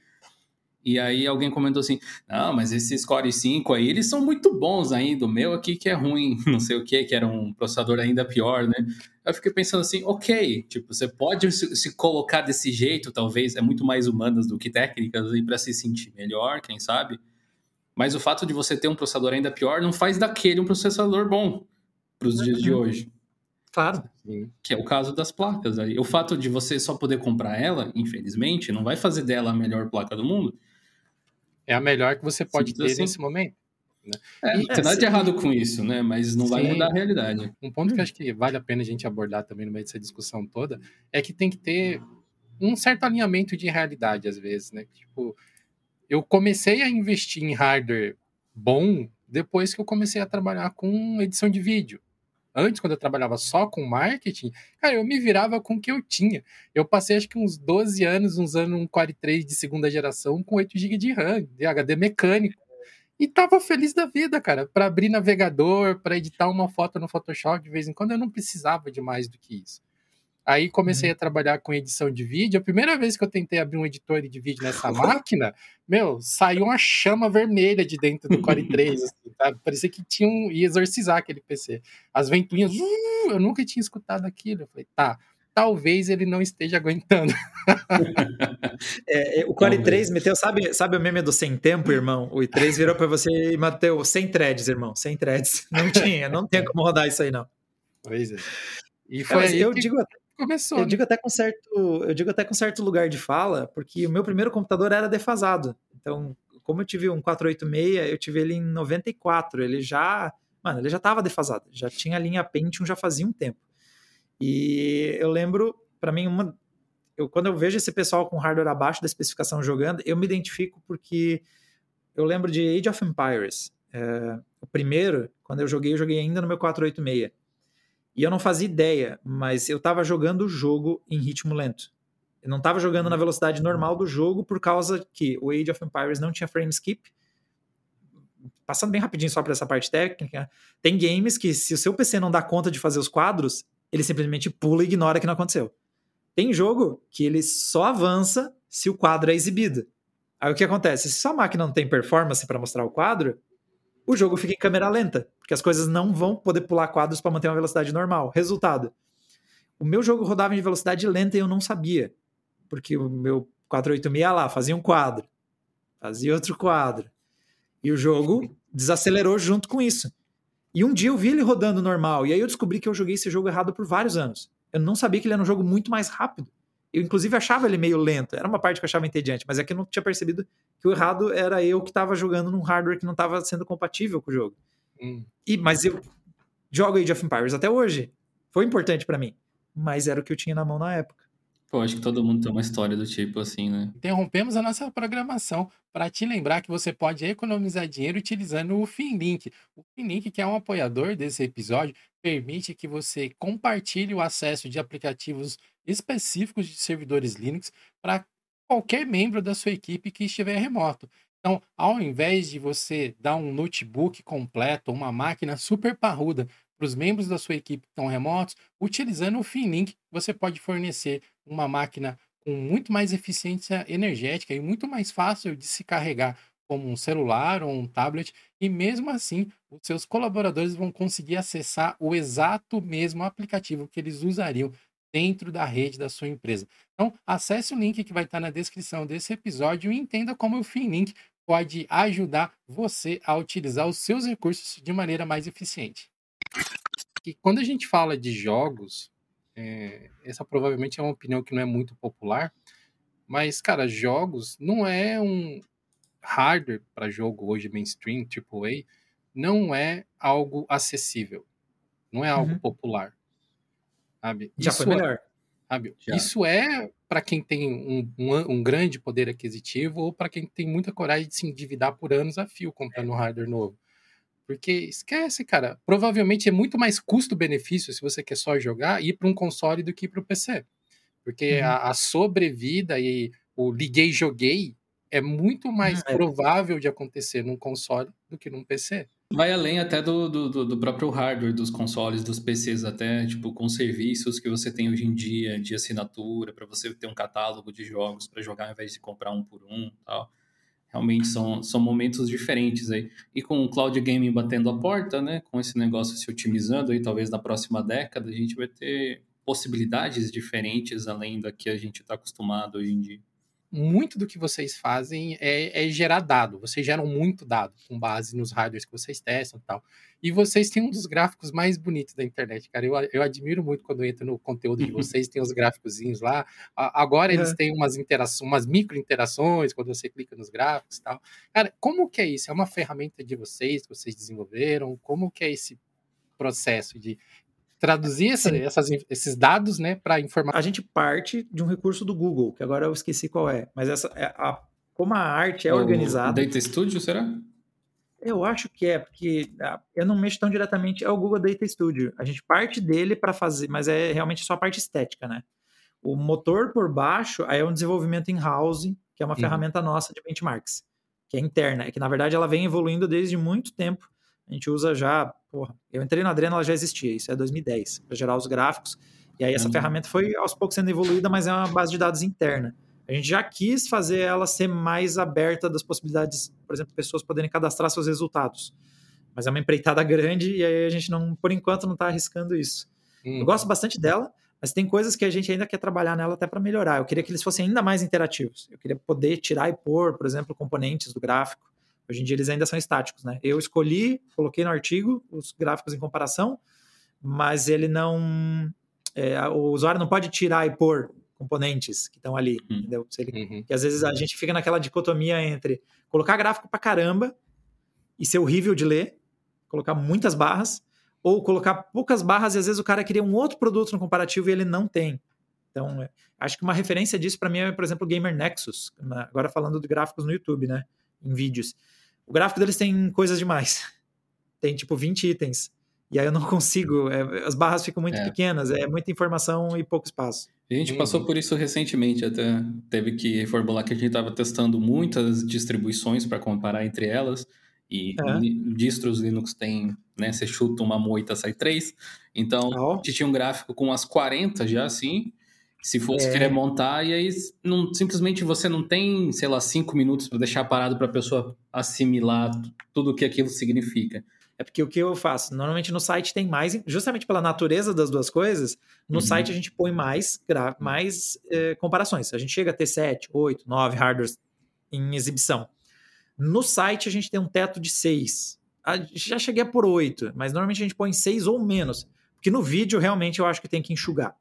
B: E aí alguém comentou assim, não, mas esses Core i5 aí, eles são muito bons ainda, o meu aqui que é ruim, não sei o que era um processador ainda pior, né? Eu fiquei pensando assim, ok, tipo, você pode se colocar desse jeito, talvez, é muito mais humanas do que técnicas, para se sentir melhor, quem sabe? Mas o fato de você ter um processador ainda pior não faz daquele um processador bom para os dias de hoje.
C: Claro.
B: Que é o caso das placas aí. O fato de você só poder comprar ela, infelizmente, não vai fazer dela a melhor placa do mundo.
A: É a melhor que você pode ter
B: assim.
A: nesse momento. Né?
B: Não tem nada de errado com isso, né? Mas não vai mudar a realidade.
A: Um ponto que eu acho que vale a pena a gente abordar também no meio dessa discussão toda é que tem que ter um certo alinhamento de realidade, às vezes, né? Tipo, eu comecei a investir em hardware bom depois que eu comecei a trabalhar com edição de vídeo. Antes, quando eu trabalhava só com marketing, cara, eu me virava com o que eu tinha. Eu passei acho que uns 12 anos usando um Core 3 de segunda geração com 8 GB de RAM, de HD mecânico. E tava feliz da vida, cara. Para abrir navegador, para editar uma foto no Photoshop de vez em quando, eu não precisava de mais do que isso. Aí comecei a trabalhar com edição de vídeo. A primeira vez que eu tentei abrir um editor de vídeo nessa máquina, saiu uma chama vermelha de dentro do Core 3, assim, sabe? Parecia que ia exorcizar aquele PC. As ventoinhas, eu nunca tinha escutado aquilo. Eu falei, tá, talvez ele não esteja aguentando.
C: O Core 3 meteu, sabe o meme do sem tempo, irmão? O i3 virou pra você e meteu 100 threads, irmão, 100 threads. Não tinha como rodar isso aí, não.
A: Pois é. E foi aí que começou,
C: eu digo até com certo lugar de fala, porque o meu primeiro computador era defasado. Então, como eu tive um 486, eu tive ele em 94. Ele já estava defasado. Já tinha a linha Pentium, já fazia um tempo. E eu lembro, para mim, quando eu vejo esse pessoal com hardware abaixo da especificação jogando, eu me identifico porque eu lembro de Age of Empires. O primeiro, quando eu joguei ainda no meu 486. E eu não fazia ideia, mas eu estava jogando o jogo em ritmo lento. Eu não estava jogando na velocidade normal do jogo por causa que o Age of Empires não tinha frame skip. Passando bem rapidinho só para essa parte técnica, tem games que se o seu PC não dá conta de fazer os quadros, ele simplesmente pula e ignora que não aconteceu. Tem jogo que ele só avança se o quadro é exibido. Aí o que acontece? Se sua máquina não tem performance para mostrar o quadro, o jogo fica em câmera lenta, porque as coisas não vão poder pular quadros para manter uma velocidade normal. Resultado, o meu jogo rodava em velocidade lenta e eu não sabia, porque o meu 486 lá fazia um quadro, fazia outro quadro, e o jogo desacelerou junto com isso. E um dia eu vi ele rodando normal, e aí eu descobri que eu joguei esse jogo errado por vários anos. Eu não sabia que ele era um jogo muito mais rápido. Eu, inclusive, achava ele meio lento. Era uma parte que eu achava entediante, mas é que eu não tinha percebido que o errado era eu que estava jogando num hardware que não estava sendo compatível com o jogo. Mas eu jogo Age of Empires até hoje. Foi importante para mim, mas era o que eu tinha na mão na época.
B: Pô, acho que todo mundo tem uma história do tipo assim, né?
A: Interrompemos a nossa programação para te lembrar que você pode economizar dinheiro utilizando o Finlink. O Finlink, que é um apoiador desse episódio, permite que você compartilhe o acesso de aplicativos específicos de servidores Linux para qualquer membro da sua equipe que estiver remoto. Então, ao invés de você dar um notebook completo, uma máquina super parruda para os membros da sua equipe que estão remotos, utilizando o Finlink, você pode fornecer uma máquina com muito mais eficiência energética e muito mais fácil de se carregar como um celular ou um tablet, e mesmo assim os seus colaboradores vão conseguir acessar o exato mesmo aplicativo que eles usariam dentro da rede da sua empresa. Então, acesse o link que vai estar na descrição desse episódio e entenda como o Finlink pode ajudar você a utilizar os seus recursos de maneira mais eficiente. E quando a gente fala de jogos, essa provavelmente é uma opinião que não é muito popular, mas, cara, jogos não é um hardware para jogo hoje mainstream, AAA, não é algo acessível, não é algo popular, sabe?
C: Já foi melhor.
A: Sabe? Isso é para quem tem um grande poder aquisitivo ou para quem tem muita coragem de se endividar por anos a fio comprando um hardware novo. Porque esquece, cara. Provavelmente é muito mais custo-benefício se você quer só jogar ir para um console do que para o PC. Porque a sobrevida e o liguei e joguei é muito mais provável de acontecer num console do que num PC.
B: Vai além até do próprio hardware dos consoles, dos PCs, até tipo com serviços que você tem hoje em dia de assinatura, para você ter um catálogo de jogos para jogar ao invés de comprar um por um e tal. Realmente são momentos diferentes aí. E com o cloud gaming batendo a porta, né, com esse negócio se otimizando aí, talvez na próxima década a gente vai ter possibilidades diferentes além da que a gente está acostumado hoje em dia.
A: Muito do que vocês fazem é gerar dado. Vocês geram muito dado com base nos hardwares que vocês testam e tal. E vocês têm um dos gráficos mais bonitos da internet, cara. Eu admiro muito quando eu entro no conteúdo de vocês, tem os gráficozinhos lá. Agora eles têm umas interações, umas micro-interações quando você clica nos gráficos e tal. Cara, como que é isso? É uma ferramenta de vocês que vocês desenvolveram? Como que é esse processo de traduzir esses dados, né, para informar?
C: A gente parte de um recurso do Google, que agora eu esqueci qual é, mas como a arte é organizada...
B: O Data Studio, será?
C: Eu acho que é, porque eu não mexo tão diretamente, é o Google Data Studio. A gente parte dele para fazer, mas é realmente só a parte estética, né? O motor por baixo aí é um desenvolvimento in-house, que é uma ferramenta nossa de benchmarks, que é interna, é que na verdade ela vem evoluindo desde muito tempo. A gente usa já, eu entrei na Adreno, ela já existia, isso é 2010, para gerar os gráficos. E aí essa ferramenta foi aos poucos sendo evoluída, mas é uma base de dados interna. A gente já quis fazer ela ser mais aberta das possibilidades, por exemplo, pessoas poderem cadastrar seus resultados. Mas é uma empreitada grande e aí a gente, não, por enquanto, não está arriscando isso. Eu gosto bastante dela, mas tem coisas que a gente ainda quer trabalhar nela até para melhorar. Eu queria que eles fossem ainda mais interativos. Eu queria poder tirar e pôr, por exemplo, componentes do gráfico. Hoje em dia eles ainda são estáticos, né? Eu escolhi, coloquei no artigo os gráficos em comparação, mas ele não... o usuário não pode tirar e pôr componentes que estão ali, entendeu? Que às vezes a gente fica naquela dicotomia entre colocar gráfico pra caramba e ser horrível de ler, colocar muitas barras, ou colocar poucas barras e às vezes o cara queria um outro produto no comparativo e ele não tem. Então, acho que uma referência disso para mim é, por exemplo, o Gamer Nexus, agora falando de gráficos no YouTube, né? Em vídeos. O gráfico deles tem coisas demais. Tem tipo 20 itens. E aí eu não consigo, as barras ficam muito pequenas, é muita informação e pouco espaço.
B: A gente passou por isso recentemente, até teve que reformular que a gente estava testando muitas distribuições para comparar entre elas, e distros Linux tem, né, você chuta uma moita, sai 3, então a gente tinha um gráfico com as 40 já, assim, se fosse querer montar, e aí simplesmente você não tem, sei lá, 5 minutos para deixar parado para a pessoa assimilar tudo o que aquilo significa.
C: É porque o que eu faço? Normalmente no site tem mais, justamente pela natureza das duas coisas, no site a gente põe mais comparações. A gente chega a ter 7, 8, 9 hardwares em exibição. No site a gente tem um teto de 6. Já cheguei a por 8, mas normalmente a gente põe 6 ou menos. Porque no vídeo realmente eu acho que tem que enxugar.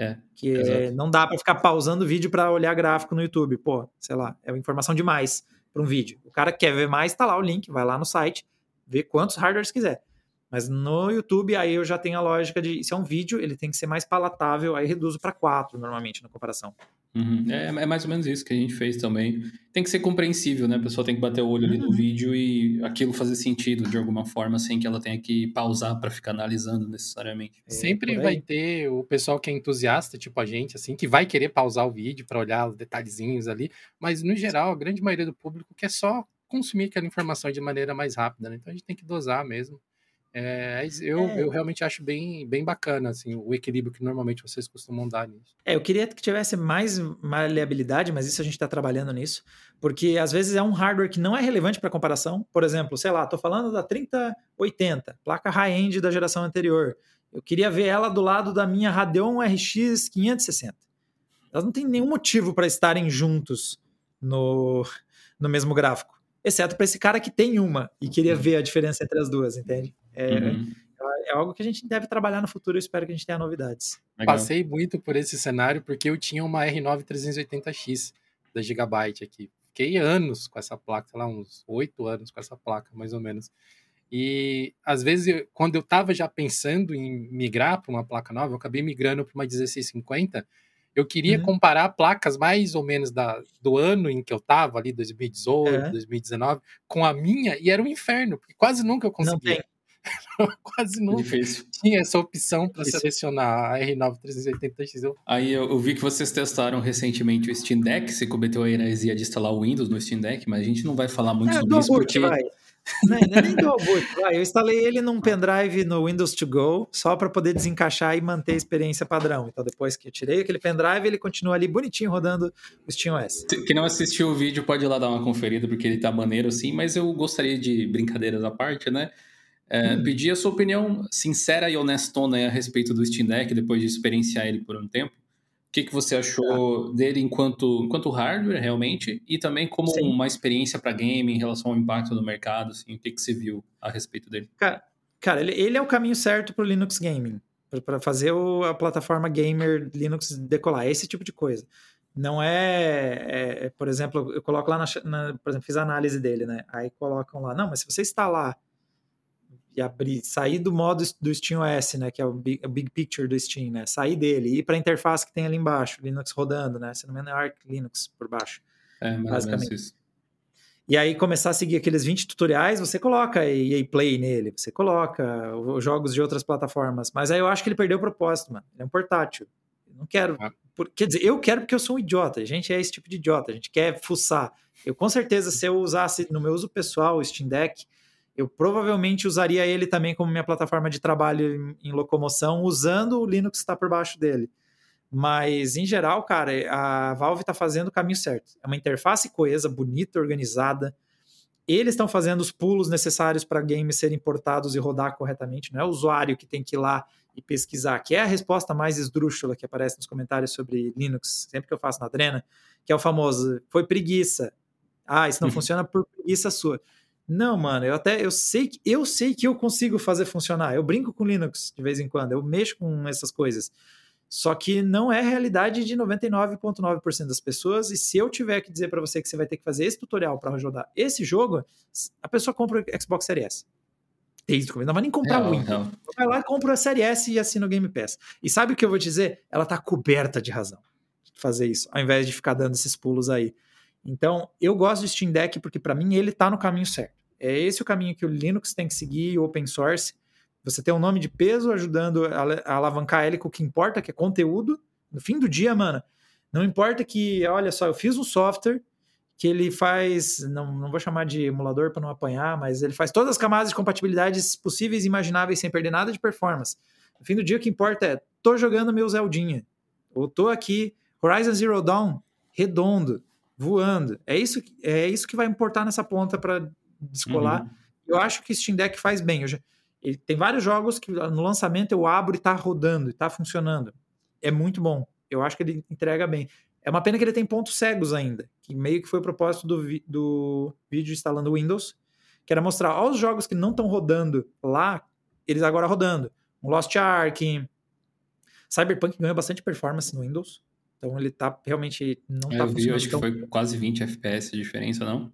C: Não dá para ficar pausando o vídeo para olhar gráfico no YouTube. Pô, sei lá, é informação demais para um vídeo. O cara quer ver mais, tá lá o link, vai lá no site, ver quantos hardwares quiser. Mas no YouTube, aí eu já tenho a lógica de, se é um vídeo, ele tem que ser mais palatável, aí reduzo para 4 normalmente na comparação.
B: É mais ou menos isso que a gente fez também. Tem que ser compreensível, né? A pessoa tem que bater o olho ali no vídeo e aquilo fazer sentido de alguma forma, sem que ela tenha que pausar para ficar analisando necessariamente.
A: Sempre vai ter o pessoal que é entusiasta, tipo a gente, assim, que vai querer pausar o vídeo para olhar os detalhezinhos ali, mas no geral, a grande maioria do público quer só consumir aquela informação de maneira mais rápida, né? Então a gente tem que dosar mesmo. Eu realmente acho bem bacana assim, o equilíbrio que normalmente vocês costumam dar nisso.
C: Eu queria que tivesse mais maleabilidade, mas isso a gente está trabalhando nisso, porque às vezes é um hardware que não é relevante para comparação. Por exemplo, sei lá, estou falando da 3080, placa high-end da geração anterior. Eu queria ver ela do lado da minha Radeon RX 560. Elas não têm nenhum motivo para estarem juntos no mesmo gráfico, exceto para esse cara que tem uma e queria ver a diferença entre as duas, entende? É algo que a gente deve trabalhar no futuro. Eu espero que a gente tenha novidades.
B: Legal.
A: Passei muito por esse cenário porque eu tinha uma R9 380X da Gigabyte aqui. Fiquei anos com essa placa, sei lá, uns 8 anos com essa placa, mais ou menos. E às vezes, quando eu estava já pensando em migrar para uma placa nova, eu acabei migrando para uma 1650. Eu queria comparar placas mais ou menos do ano em que eu estava, ali, 2018, 2019, com a minha, e era um inferno, porque quase nunca eu conseguia. Quase nunca tinha essa opção para selecionar a R9 380X.
B: Aí eu vi que vocês testaram recentemente o Steam Deck. Você cometeu a heresia de instalar o Windows no Steam Deck, mas a gente não vai falar muito sobre isso porque...
C: Nem do boot, vai. Eu instalei ele num pendrive no Windows To Go só para poder desencaixar e manter a experiência padrão. Então depois que eu tirei aquele pendrive, ele continua ali bonitinho rodando o SteamOS.
B: Quem não assistiu o vídeo pode ir lá dar uma conferida, porque ele tá maneiro assim, mas eu gostaria de, brincadeiras à parte, né? Pedir a sua opinião sincera e honestona a respeito do Steam Deck, depois de experienciar ele por um tempo. O que você achou dele enquanto hardware, realmente, e também como uma experiência para game em relação ao impacto no mercado, assim, o que você viu a respeito dele?
C: Cara, ele é o caminho certo para o Linux Gaming, para fazer a plataforma gamer Linux decolar, esse tipo de coisa. Não por exemplo, eu coloco lá, por exemplo, fiz a análise dele, né? Aí colocam lá, não, mas se você instalar e sair do modo do SteamOS, né, que é o Big Picture do Steam, né, sair dele e ir para a interface que tem ali embaixo, Linux rodando, né, se não me engano é Arch Linux por baixo, basicamente. Isso. E aí começar a seguir aqueles 20 tutoriais, você coloca EA Play nele, você coloca os jogos de outras plataformas, mas aí eu acho que ele perdeu o propósito, mano. Ele é um portátil. Eu não quero... Quer dizer, eu quero porque eu sou um idiota. A gente é esse tipo de idiota. A gente quer fuçar. Eu, com certeza, se eu usasse no meu uso pessoal o Steam Deck, eu provavelmente usaria ele também como minha plataforma de trabalho em locomoção, usando o Linux que está por baixo dele. Mas, em geral, cara, a Valve está fazendo o caminho certo. É uma interface coesa, bonita, organizada. Eles estão fazendo os pulos necessários para games serem portados e rodar corretamente. Não é o usuário que tem que ir lá e pesquisar, que é a resposta mais esdrúxula que aparece nos comentários sobre Linux, sempre que eu faço na Drena, que é o famoso, foi preguiça. Ah, isso não funciona por preguiça sua. Não, mano, eu sei que eu consigo fazer funcionar. Eu brinco com Linux de vez em quando, eu mexo com essas coisas. Só que não é a realidade de 99,9% das pessoas. E se eu tiver que dizer para você que você vai ter que fazer esse tutorial para jogar esse jogo, a pessoa compra o Xbox Series S. Desde o começo. Não vai nem comprar o Windows. Vai lá e compra a Series S e assina o Game Pass. E sabe o que eu vou te dizer? Ela tá coberta de razão de fazer isso, ao invés de ficar dando esses pulos aí. Então, eu gosto do Steam Deck porque, para mim, ele tá no caminho certo. É esse o caminho que o Linux tem que seguir, o open source. Você tem um nome de peso ajudando a alavancar ele com o que importa, que é conteúdo. No fim do dia, mano, não importa que, olha só, eu fiz um software que ele faz, não vou chamar de emulador para não apanhar, mas ele faz todas as camadas de compatibilidades possíveis e imagináveis sem perder nada de performance. No fim do dia, o que importa é, tô jogando meu Zeldinha, ou tô aqui, Horizon Zero Dawn, redondo, voando. É isso que vai importar nessa ponta para descolar.
B: Uhum.
C: Eu acho que Steam Deck faz bem. Tem vários jogos que no lançamento eu abro e tá rodando, e tá funcionando. É muito bom. Eu acho que ele entrega bem. É uma pena que ele tem pontos cegos ainda, que meio que foi o propósito do vídeo instalando Windows, que era mostrar aos os jogos que não estão rodando lá, eles agora rodando. Um Lost Ark, Cyberpunk ganhou bastante performance no Windows, então ele tá realmente não tá
B: Eu vi,
C: funcionando
B: acho que
C: tão
B: foi quase 20 FPS de diferença, não?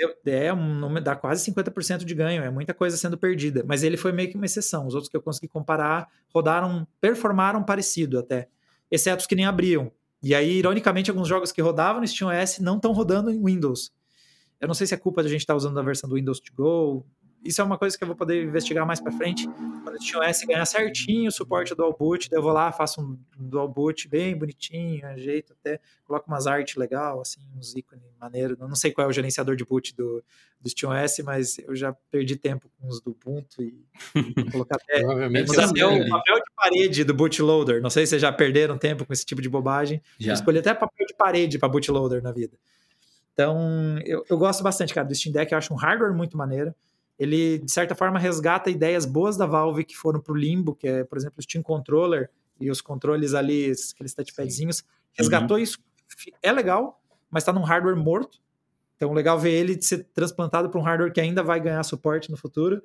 C: dá quase 50% de ganho, é muita coisa sendo perdida, mas ele foi meio que uma exceção. Os outros que eu consegui comparar performaram parecido até, exceto os que nem abriam. E aí, ironicamente, alguns jogos que rodavam no SteamOS não estão rodando em Windows. Eu não sei se é culpa de a gente estar usando a versão do Windows to Go. Isso é uma coisa que eu vou poder investigar mais para frente. Quando o SteamOS ganhar certinho o suporte do Dual Boot, daí eu vou lá, faço um Dual Boot bem bonitinho, ajeito até, coloco umas artes legal, assim, uns ícones maneiros. Não sei qual é o gerenciador de boot do SteamOS, mas eu já perdi tempo com os do Ubuntu e vou colocar até,
A: Provavelmente
C: mudar
A: você
C: até o papel de parede do bootloader. Não sei se vocês já perderam tempo com esse tipo de bobagem.
B: Já.
C: Eu escolhi até papel de parede para bootloader na vida. Então, eu gosto bastante, cara, do Steam Deck. Eu acho um hardware muito maneiro. Ele, de certa forma, resgata ideias boas da Valve que foram pro limbo, que é, por exemplo, o Steam Controller e os controles ali, aqueles touchpadzinhos. Resgatou isso. É legal, mas tá num hardware morto. Então, legal ver ele ser transplantado para um hardware que ainda vai ganhar suporte no futuro.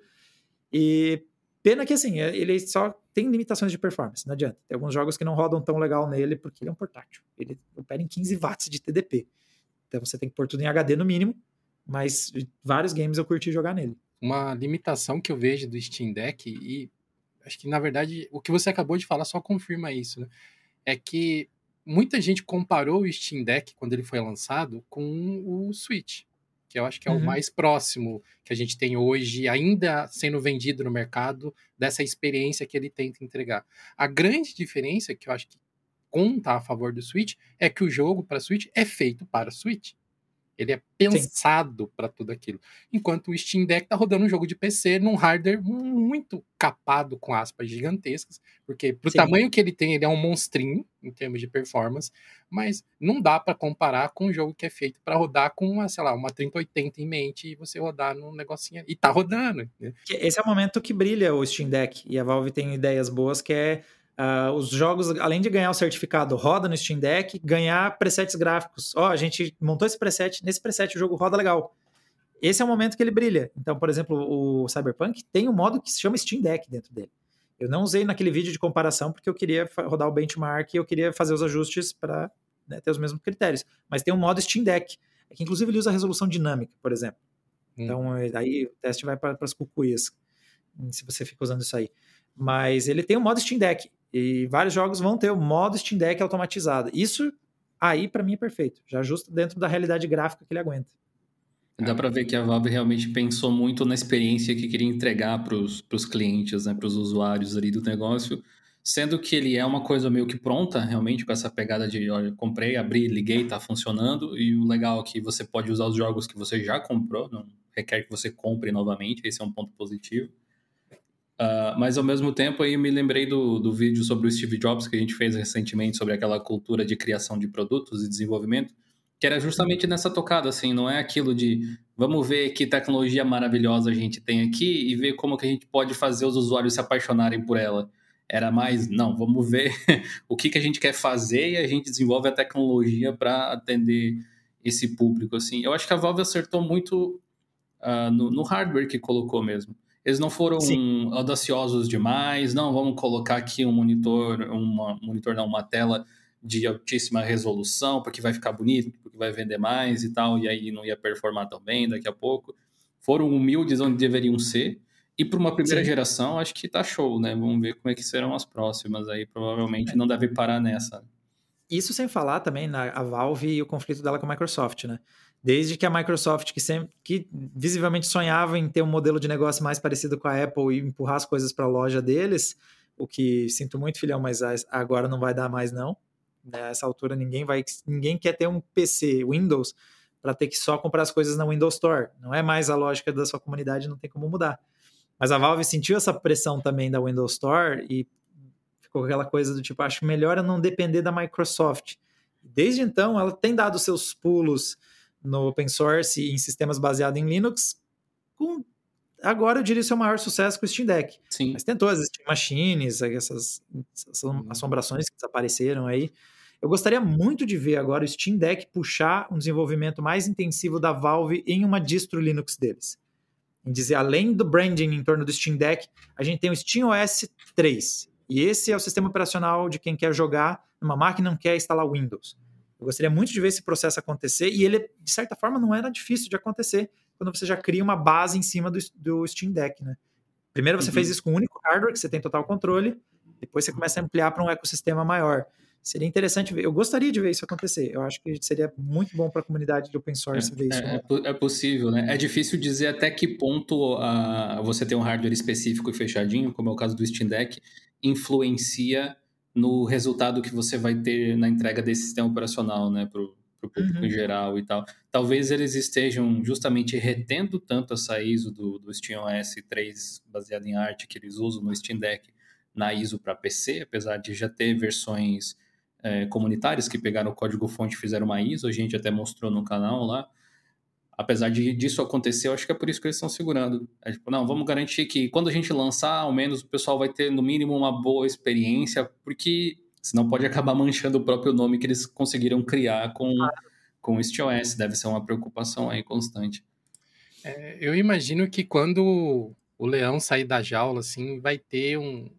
C: E pena que, assim, ele só tem limitações de performance, não adianta. Tem alguns jogos que não rodam tão legal nele, porque ele é um portátil. Ele opera em 15 watts de TDP. Então você tem que pôr tudo em HD no mínimo, mas vários games eu curti jogar nele.
A: Uma limitação que eu vejo do Steam Deck, e acho que, na verdade, o que você acabou de falar só confirma isso, né? É que muita gente comparou o Steam Deck, quando ele foi lançado, com o Switch, que eu acho que é o mais próximo que a gente tem hoje, ainda sendo vendido no mercado, dessa experiência que ele tenta entregar. A grande diferença, que eu acho que conta a favor do Switch, é que o jogo para Switch é feito para Switch. Ele é pensado para tudo aquilo. Enquanto o Steam Deck tá rodando um jogo de PC num hardware muito capado, com aspas gigantescas, porque pro tamanho que ele tem, ele é um monstrinho em termos de performance, mas não dá para comparar com um jogo que é feito para rodar com uma, sei lá, uma 3080 em mente e você rodar num negocinho e tá rodando. Né?
C: Esse é o momento que brilha o Steam Deck, e a Valve tem ideias boas que é os jogos, além de ganhar o certificado roda no Steam Deck, ganhar presets gráficos. A gente montou esse preset, nesse preset o jogo roda legal. Esse é o momento que ele brilha. Então, por exemplo, o Cyberpunk tem um modo que se chama Steam Deck dentro dele. Eu não usei naquele vídeo de comparação porque eu queria rodar o benchmark e eu queria fazer os ajustes para ter os mesmos critérios. Mas tem um modo Steam Deck, que inclusive ele usa a resolução dinâmica, por exemplo. Então, aí o teste vai para as cucuias, se você fica usando isso aí. Mas ele tem um modo Steam Deck. E vários jogos vão ter o modo Steam Deck automatizado. Isso aí, para mim, é perfeito. Já ajusta dentro da realidade gráfica que ele aguenta.
B: Dá para ver que a Valve realmente pensou muito na experiência que queria entregar para os clientes, né, para os usuários ali do negócio, sendo que ele é uma coisa meio que pronta, realmente, com essa pegada de, olha, comprei, abri, liguei, tá funcionando, e o legal é que você pode usar os jogos que você já comprou, requer que você compre novamente, esse é um ponto positivo. Mas ao mesmo tempo aí eu me lembrei do vídeo sobre o Steve Jobs que a gente fez recentemente sobre aquela cultura de criação de produtos e desenvolvimento, que era justamente nessa tocada, assim, não é aquilo de vamos ver que tecnologia maravilhosa a gente tem aqui e ver como que a gente pode fazer os usuários se apaixonarem por ela. Era mais, não, vamos ver o que a gente quer fazer e a gente desenvolve a tecnologia para atender esse público, assim. Eu acho que a Valve acertou muito no hardware que colocou mesmo. Eles não foram
C: Sim.
B: audaciosos demais, não, vamos colocar aqui uma tela de altíssima resolução, porque vai ficar bonito, porque vai vender mais e tal, e aí não ia performar tão bem daqui a pouco. Foram humildes onde deveriam ser, e para uma primeira geração, acho que tá show, né? Vamos ver como é que serão as próximas aí, provavelmente não deve parar nessa.
C: Isso sem falar também a Valve e o conflito dela com a Microsoft, né? Desde que a Microsoft, que visivelmente sonhava em ter um modelo de negócio mais parecido com a Apple e empurrar as coisas para a loja deles, o que sinto muito, filhão, mas agora não vai dar mais não. Nessa altura ninguém quer ter um PC Windows para ter que só comprar as coisas na Windows Store. Não é mais a lógica da sua comunidade, não tem como mudar. Mas a Valve sentiu essa pressão também da Windows Store e ficou aquela coisa do tipo, acho melhor eu não depender da Microsoft. Desde então, ela tem dado seus pulos no open source e em sistemas baseados em Linux, agora eu diria seu maior sucesso com o Steam Deck.
B: Sim.
C: Mas tentou as Steam Machines, essas assombrações que desapareceram aí. Eu gostaria muito de ver agora o Steam Deck puxar um desenvolvimento mais intensivo da Valve em uma distro Linux deles. Em dizer, além do branding em torno do Steam Deck, a gente tem o SteamOS 3. E esse é o sistema operacional de quem quer jogar numa máquina e não quer instalar Windows. Eu gostaria muito de ver esse processo acontecer, e ele, de certa forma, não era difícil de acontecer quando você já cria uma base em cima do Steam Deck, né? Primeiro você fez isso com um único hardware, que você tem total controle, depois você começa a ampliar para um ecossistema maior. Seria interessante ver, eu gostaria de ver isso acontecer, eu acho que seria muito bom para a comunidade de open source ver isso.
B: É possível, né? É difícil dizer até que ponto você ter um hardware específico e fechadinho, como é o caso do Steam Deck, influencia no resultado que você vai ter na entrega desse sistema operacional, né, para o público em geral e tal. Talvez eles estejam justamente retendo tanto essa ISO do SteamOS 3 baseado em Arch que eles usam no Steam Deck na ISO para PC, apesar de já ter versões comunitárias que pegaram o código-fonte e fizeram uma ISO, a gente até mostrou no canal lá. Apesar disso acontecer, eu acho que é por isso que eles estão segurando. É tipo, não, vamos garantir que quando a gente lançar, ao menos o pessoal vai ter, no mínimo, uma boa experiência, porque senão pode acabar manchando o próprio nome que eles conseguiram criar com o SteamOS. Deve ser uma preocupação aí constante.
A: Eu imagino que quando o leão sair da jaula, assim, vai ter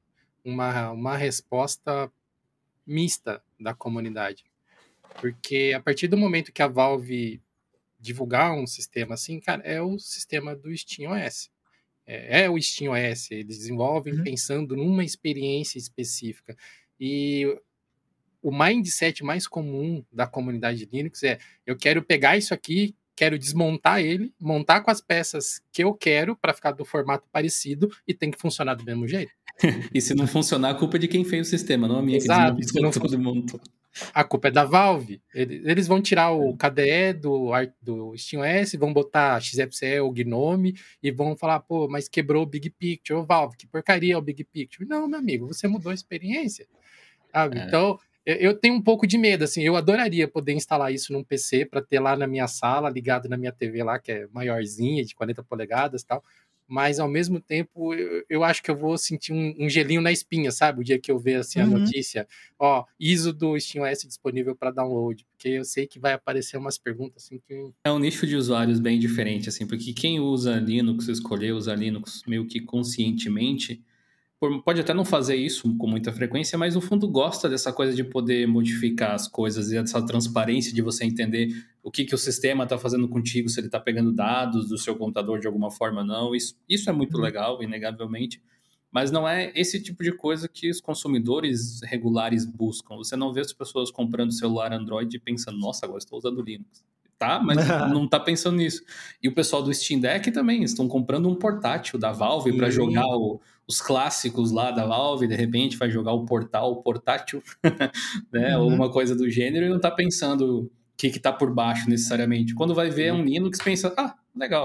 A: uma resposta mista da comunidade. Porque a partir do momento que a Valve divulgar um sistema assim, cara, é o sistema do SteamOS. É o SteamOS. Eles desenvolvem pensando numa experiência específica. E o mindset mais comum da comunidade Linux é: eu quero pegar isso aqui, quero desmontar ele, montar com as peças que eu quero para ficar do formato parecido e tem que funcionar do mesmo jeito.
B: E se não funcionar, a culpa é de quem fez o sistema, não a minha.
A: Exato,
B: que desmontou tudo montou.
A: A culpa é da Valve. Eles vão tirar o KDE do SteamOS, vão botar XFCE ou GNOME e vão falar, pô, mas quebrou o Big Picture. Ô, Valve, que porcaria é o Big Picture. Não, meu amigo, você mudou a experiência. Sabe? Então, eu tenho um pouco de medo. Assim, eu adoraria poder instalar isso num PC para ter lá na minha sala, ligado na minha TV lá, que é maiorzinha, de 40 polegadas e tal. Mas, ao mesmo tempo, eu acho que eu vou sentir um gelinho na espinha, sabe? O dia que eu ver assim, a notícia, ISO do SteamOS disponível para download, porque eu sei que vai aparecer umas perguntas assim que...
B: É um nicho de usuários bem diferente, assim, porque quem usa Linux, escolheu usar Linux meio que conscientemente, pode até não fazer isso com muita frequência, mas no fundo gosta dessa coisa de poder modificar as coisas e essa transparência de você entender o que o sistema está fazendo contigo, se ele está pegando dados do seu computador de alguma forma ou não. Isso é muito legal, inegavelmente, mas não é esse tipo de coisa que os consumidores regulares buscam. Você não vê as pessoas comprando celular Android e pensando, nossa, agora estou usando Linux. Tá, mas não tá pensando nisso. E o pessoal do Steam Deck também estão comprando um portátil da Valve para jogar os clássicos lá da Valve, de repente vai jogar o portátil, né, ou alguma coisa do gênero, e não tá pensando o que tá por baixo necessariamente. Quando vai ver um Linux, pensa, legal,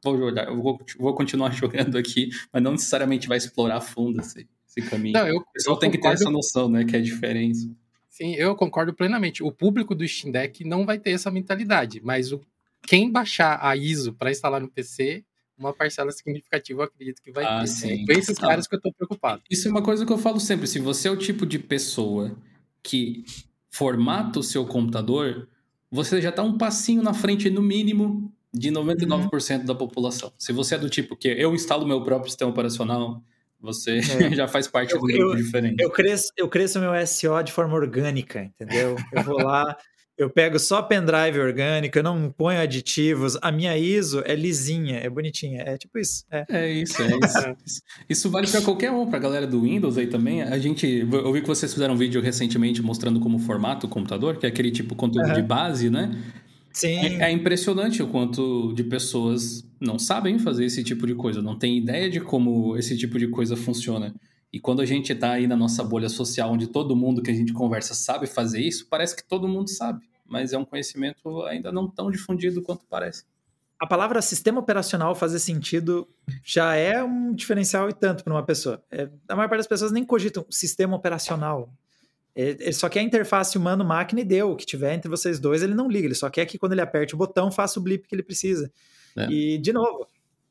B: vou jogar, vou continuar jogando aqui, mas não necessariamente vai explorar a fundo esse caminho.
A: Não,
B: O pessoal tem que ter essa noção, né, que é a diferença.
A: Sim, eu concordo plenamente. O público do Steam Deck não vai ter essa mentalidade, mas quem baixar a ISO para instalar no PC, uma parcela significativa eu acredito que vai ter.
B: Sim.
A: É com esses caras que eu tô preocupado.
B: Isso é uma coisa que eu falo sempre. Se você é o tipo de pessoa que formata o seu computador, você já tá um passinho na frente, no mínimo, de 99% da população. Se você é do tipo que eu instalo meu próprio sistema operacional, você já faz parte do grupo diferente.
C: Eu cresço meu SO de forma orgânica, entendeu? Eu vou lá, eu pego só pendrive orgânico, eu não ponho aditivos. A minha ISO é lisinha, é bonitinha. É tipo isso.
B: É isso. Isso vale para qualquer um, para a galera do Windows aí também. Eu vi que vocês fizeram um vídeo recentemente mostrando como formata o computador, que é aquele tipo de conteúdo de base, né?
C: Sim.
B: É impressionante o quanto de pessoas não sabem fazer esse tipo de coisa, não tem ideia de como esse tipo de coisa funciona. E quando a gente tá aí na nossa bolha social, onde todo mundo que a gente conversa sabe fazer isso, parece que todo mundo sabe, mas é um conhecimento ainda não tão difundido quanto parece.
C: A palavra sistema operacional fazer sentido já é um diferencial e tanto para uma pessoa. A maior parte das pessoas nem cogitam sistema operacional. Ele só quer a interface humano-máquina e deu. O que tiver entre vocês dois, ele não liga. Ele só quer que quando ele aperte o botão, faça o blip que ele precisa. E, de novo,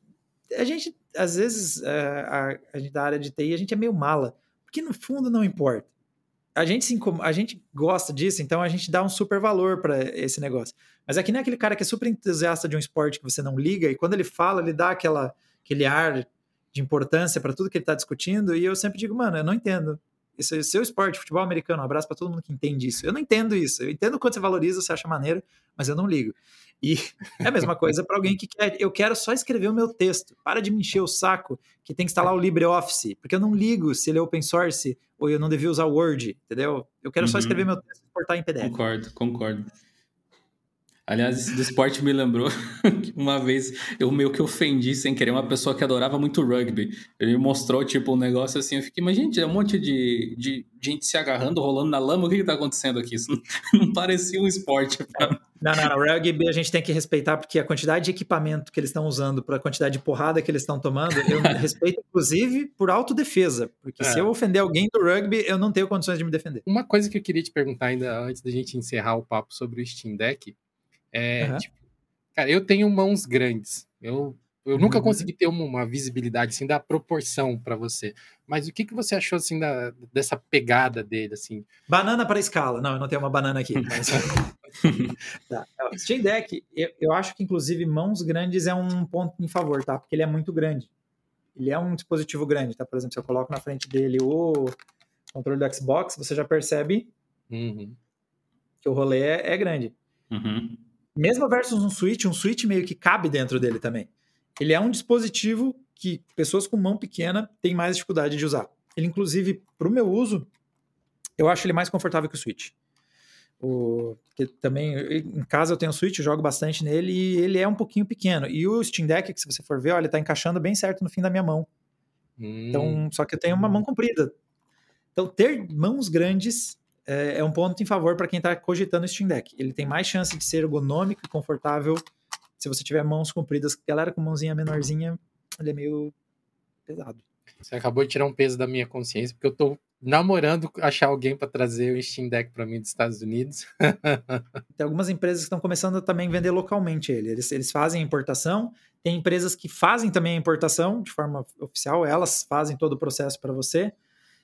C: a gente, às vezes, a gente da área de TI, a gente é meio mala. Porque, no fundo, não importa. A gente gosta disso, então a gente dá um super valor para esse negócio. Mas é que nem aquele cara que é super entusiasta de um esporte que você não liga, e quando ele fala, ele dá aquele ar de importância para tudo que ele está discutindo, e eu sempre digo, mano, eu não entendo. Esse é o seu esporte, futebol americano, um abraço para todo mundo que entende isso. Eu não entendo isso. Eu entendo quando você valoriza, você acha maneiro, mas eu não ligo. E é a mesma coisa para alguém que quer. Eu quero só escrever o meu texto. Para de me encher o saco que tem que instalar o LibreOffice, porque eu não ligo se ele é open source ou eu não devia usar o Word, entendeu? Eu quero só escrever meu texto e exportar em PDF.
B: Concordo. Aliás, esse do esporte me lembrou que uma vez eu meio que ofendi sem querer uma pessoa que adorava muito rugby. Ele mostrou, tipo, um negócio assim, eu fiquei, mas gente, é um monte de gente se agarrando, rolando na lama, o que tá acontecendo aqui? Isso não parecia um esporte.
C: Não, rugby a gente tem que respeitar, porque a quantidade de equipamento que eles estão usando para a quantidade de porrada que eles estão tomando, eu respeito, inclusive, por autodefesa, porque se eu ofender alguém do rugby, eu não tenho condições de me defender.
A: Uma coisa que eu queria te perguntar ainda antes da gente encerrar o papo sobre o Steam Deck tipo, cara, eu tenho mãos grandes. Eu nunca consegui ter uma visibilidade assim da proporção para você. Mas o que você achou assim dessa pegada dele assim?
C: Banana para escala. Não, eu não tenho uma banana aqui. Mas... tá. Steam Deck, eu acho que inclusive mãos grandes é um ponto em favor, tá? Porque ele é muito grande. Ele é um dispositivo grande, tá? Por exemplo, se eu coloco na frente dele o controle do Xbox, você já percebe que o rolê é grande. Mesmo versus um Switch meio que cabe dentro dele também. Ele é um dispositivo que pessoas com mão pequena têm mais dificuldade de usar. Ele, inclusive, para o meu uso, eu acho ele mais confortável que o Switch. Porque também, em casa eu tenho o Switch, eu jogo bastante nele e ele é um pouquinho pequeno. E o Steam Deck, que se você for ver, ele está encaixando bem certo no fim da minha mão. Então, só que eu tenho uma mão comprida. Então, ter mãos grandes é um ponto em favor para quem está cogitando o Steam Deck. Ele tem mais chance de ser ergonômico e confortável se você tiver mãos compridas. Galera com mãozinha menorzinha, ele é meio pesado.
A: Você acabou de tirar um peso da minha consciência, porque eu tô namorando achar alguém para trazer o Steam Deck para mim dos Estados Unidos.
C: Tem algumas empresas que estão começando a também vender localmente ele. Eles fazem a importação. Tem empresas que fazem também a importação de forma oficial. Elas fazem todo o processo para você.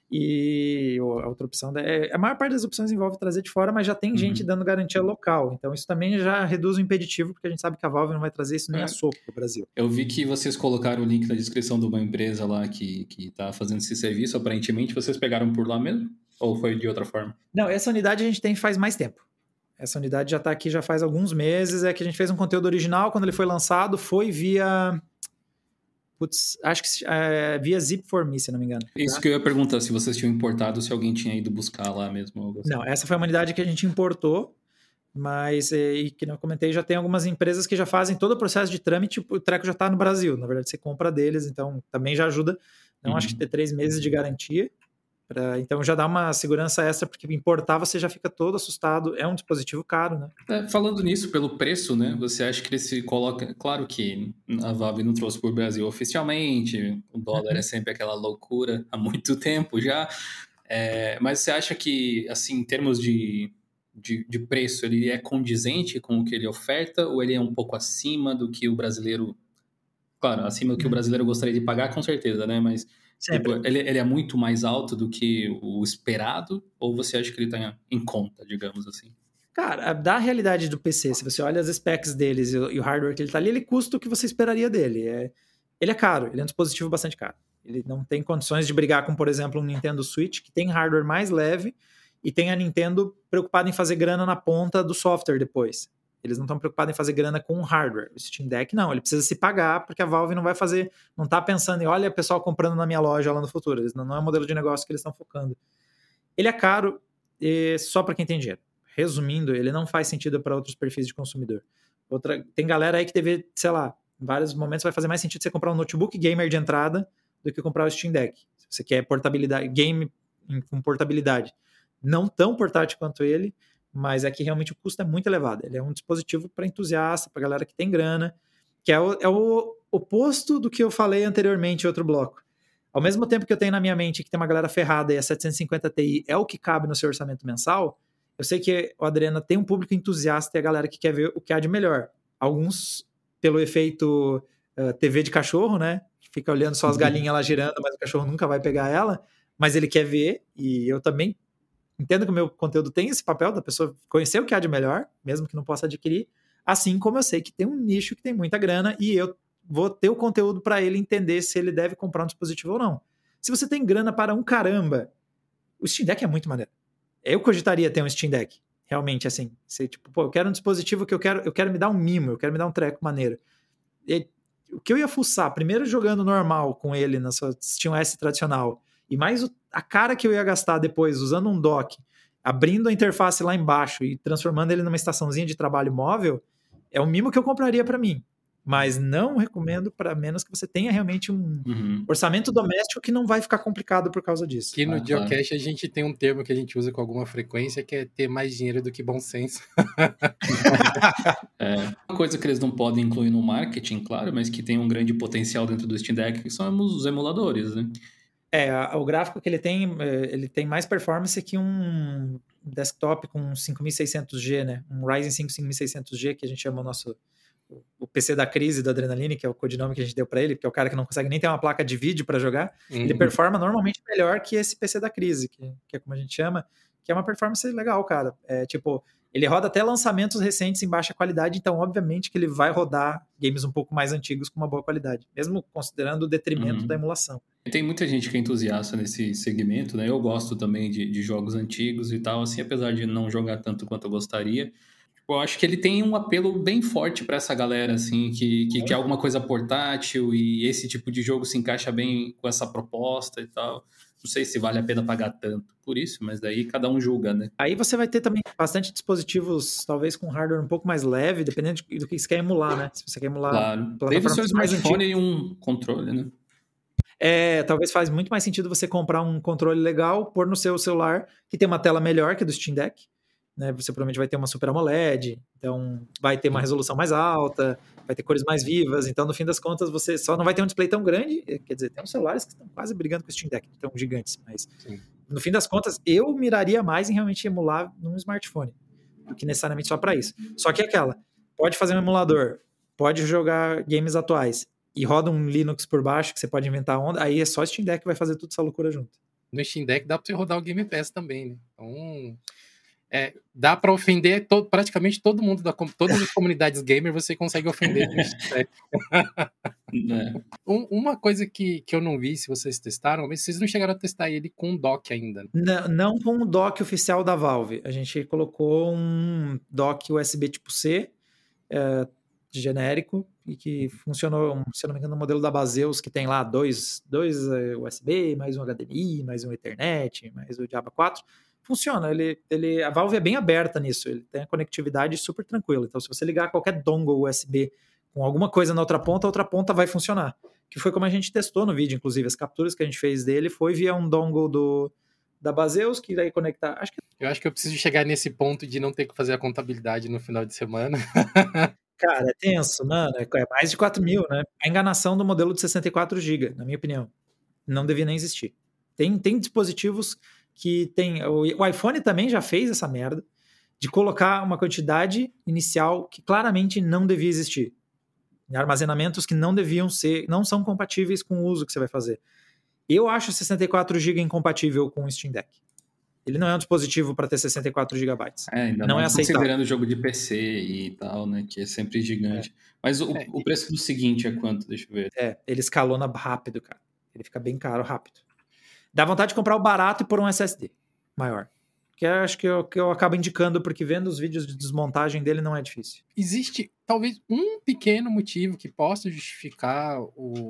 C: E a outra opção, a maior parte das opções envolve trazer de fora, mas já tem gente dando garantia local, então isso também já reduz o impeditivo, porque a gente sabe que a Valve não vai trazer isso nem a soco pro Brasil.
B: Eu vi que vocês colocaram o link na descrição de uma empresa lá que tá fazendo esse serviço, aparentemente vocês pegaram por lá mesmo? Ou foi de outra forma?
C: Não, essa unidade a gente tem faz mais tempo. Essa unidade já tá aqui já faz alguns meses, é que a gente fez um conteúdo original, quando ele foi lançado, foi via... acho que via Zip4Me, se não me engano.
B: Isso que eu ia perguntar, se vocês tinham importado, se alguém tinha ido buscar lá mesmo.
C: Não, essa foi uma unidade que a gente importou, mas, e que eu comentei, já tem algumas empresas que já fazem todo o processo de trâmite, o treco já está no Brasil. Na verdade, você compra deles, então também já ajuda. Então, acho que ter 3 meses de garantia. Então já dá uma segurança extra, porque importar você já fica todo assustado. É um dispositivo caro, né?
B: Falando nisso, pelo preço, né? Você acha que ele se coloca... Claro que a Valve não trouxe para o Brasil oficialmente, o dólar é sempre aquela loucura há muito tempo já, mas você acha que, assim, em termos de preço, ele é condizente com o que ele oferta, ou ele é um pouco acima do que o brasileiro... Claro, acima do que o brasileiro gostaria de pagar, com certeza, né? Mas tipo, ele é muito mais alto do que o esperado? Ou você acha que ele está em conta, digamos assim?
C: Cara, da realidade do PC, se você olha as specs deles e o hardware que ele tá ali, ele custa o que você esperaria dele. Ele é caro, ele é um dispositivo bastante caro. Ele não tem condições de brigar com, por exemplo, um Nintendo Switch, que tem hardware mais leve e tem a Nintendo preocupada em fazer grana na ponta do software depois. Eles não estão preocupados em fazer grana com o hardware. O Steam Deck não, ele precisa se pagar, porque a Valve não vai fazer, não está pensando em, olha, pessoal comprando na minha loja lá no futuro. Não é o modelo de negócio que eles estão focando. Ele é caro só para quem tem dinheiro. Resumindo, ele não faz sentido para outros perfis de consumidor. Tem galera aí que teve, sei lá, em vários momentos vai fazer mais sentido você comprar um notebook gamer de entrada do que comprar o Steam Deck. Se você quer portabilidade, game com portabilidade. Não tão portátil quanto ele, mas é que realmente o custo é muito elevado. Ele é um dispositivo para entusiasta, para galera que tem grana, que é o oposto do que eu falei anteriormente em outro bloco. Ao mesmo tempo que eu tenho na minha mente que tem uma galera ferrada e a 750 Ti é o que cabe no seu orçamento mensal, eu sei que o Adrena tem um público entusiasta e a galera que quer ver o que há de melhor. Alguns, pelo efeito TV de cachorro, né? Fica olhando só as galinhas lá girando, mas o cachorro nunca vai pegar ela, mas ele quer ver, e eu também entendo que o meu conteúdo tem esse papel da pessoa conhecer o que há de melhor, mesmo que não possa adquirir, assim como eu sei que tem um nicho que tem muita grana e eu vou ter o conteúdo para ele entender se ele deve comprar um dispositivo ou não. Se você tem grana para um caramba, o Steam Deck é muito maneiro. Eu cogitaria ter um Steam Deck, realmente, assim. Você, tipo, pô, eu quero um dispositivo que eu quero me dar um mimo, eu quero me dar um treco maneiro. E o que eu ia fuçar, primeiro jogando normal com ele na sua SteamOS tradicional, e mais a cara que eu ia gastar depois usando um dock, abrindo a interface lá embaixo e transformando ele numa estaçãozinha de trabalho móvel, é um mimo que eu compraria para mim. Mas não recomendo, para menos que você tenha realmente um orçamento doméstico que não vai ficar complicado por causa disso.
A: Aqui no Geocache a gente tem um termo que a gente usa com alguma frequência, que é ter mais dinheiro do que bom senso.
B: Uma coisa que eles não podem incluir no marketing, claro, mas que tem um grande potencial dentro do Steam Deck, que são os emuladores, né?
C: O gráfico que ele tem mais performance que um desktop com 5600G, né? Um Ryzen 5 5600G, que a gente chama o PC da crise do Adrenaline, que é o codinome que a gente deu para ele, porque é o cara que não consegue nem ter uma placa de vídeo para jogar. Ele performa normalmente melhor que esse PC da crise, que é como a gente chama, que é uma performance legal, cara. Ele roda até lançamentos recentes em baixa qualidade, então obviamente que ele vai rodar games um pouco mais antigos com uma boa qualidade, mesmo considerando o detrimento da emulação.
B: E tem muita gente que é entusiasta nesse segmento, né? Eu gosto também de jogos antigos e tal, assim, apesar de não jogar tanto quanto eu gostaria. Eu acho que ele tem um apelo bem forte para essa galera, assim, que quer alguma coisa portátil, e esse tipo de jogo se encaixa bem com essa proposta e tal. Não sei se vale a pena pagar tanto por isso, mas daí cada um julga, né?
C: Aí você vai ter também bastante dispositivos, talvez com hardware um pouco mais leve, dependendo do que você quer emular, né? Se você quer emular...
B: Claro. Teve o seu smartphone e um controle, né?
C: Talvez faz muito mais sentido você comprar um controle legal, pôr no seu celular, que tem uma tela melhor que a do Steam Deck, né? Você provavelmente vai ter uma Super AMOLED, então vai ter uma resolução mais alta, vai ter cores mais vivas, então no fim das contas você só não vai ter um display tão grande, quer dizer, tem uns celulares que estão quase brigando com o Steam Deck, tão gigantes, mas no fim das contas eu miraria mais em realmente emular num smartphone, do que necessariamente só para isso. Só que pode fazer um emulador, pode jogar games atuais, e roda um Linux por baixo, que você pode inventar onda, aí é só o Steam Deck que vai fazer tudo essa loucura junto.
A: No Steam Deck dá pra você rodar o Game Pass também, né? Então, dá pra ofender praticamente todo mundo, todas as comunidades gamer você consegue ofender no Steam Deck. Uma coisa que eu não vi, se vocês testaram, mas vocês não chegaram a testar ele com dock ainda.
C: Não com o dock oficial da Valve. A gente colocou um dock USB tipo C, genérico, e que funcionou, se eu não me engano, no modelo da Baseus, que tem lá dois USB, mais um HDMI, mais um Ethernet, mais o Diaba 4. Funciona, a Valve é bem aberta nisso, ele tem a conectividade super tranquila. Então, se você ligar qualquer dongle USB com alguma coisa na outra ponta vai funcionar. Que foi como a gente testou no vídeo, inclusive. As capturas que a gente fez dele foi via um dongle da Baseus, que vai conectar.
A: Eu acho que eu preciso chegar nesse ponto de não ter que fazer a contabilidade no final de semana.
C: Cara, é tenso, mano. É mais de 4.000, né? A enganação do modelo de 64 GB, na minha opinião. Não devia nem existir. Tem dispositivos que tem. O iPhone também já fez essa merda de colocar uma quantidade inicial que claramente não devia existir. Em armazenamentos que não deviam ser, não são compatíveis com o uso que você vai fazer. Eu acho 64 GB incompatível com o Steam Deck. Ele não é um dispositivo para ter 64 GB.
B: Ainda
C: Não é
B: mais
C: aceitável.
B: considerando o jogo de PC e tal, né? Que é sempre gigante. Mas o preço do seguinte é quanto? Deixa eu ver.
C: Ele escalona rápido, cara. Ele fica bem caro rápido. Dá vontade de comprar o barato e pôr um SSD maior. Que eu acho que eu acabo indicando, porque vendo os vídeos de desmontagem dele não é difícil.
A: Existe talvez um pequeno motivo que possa justificar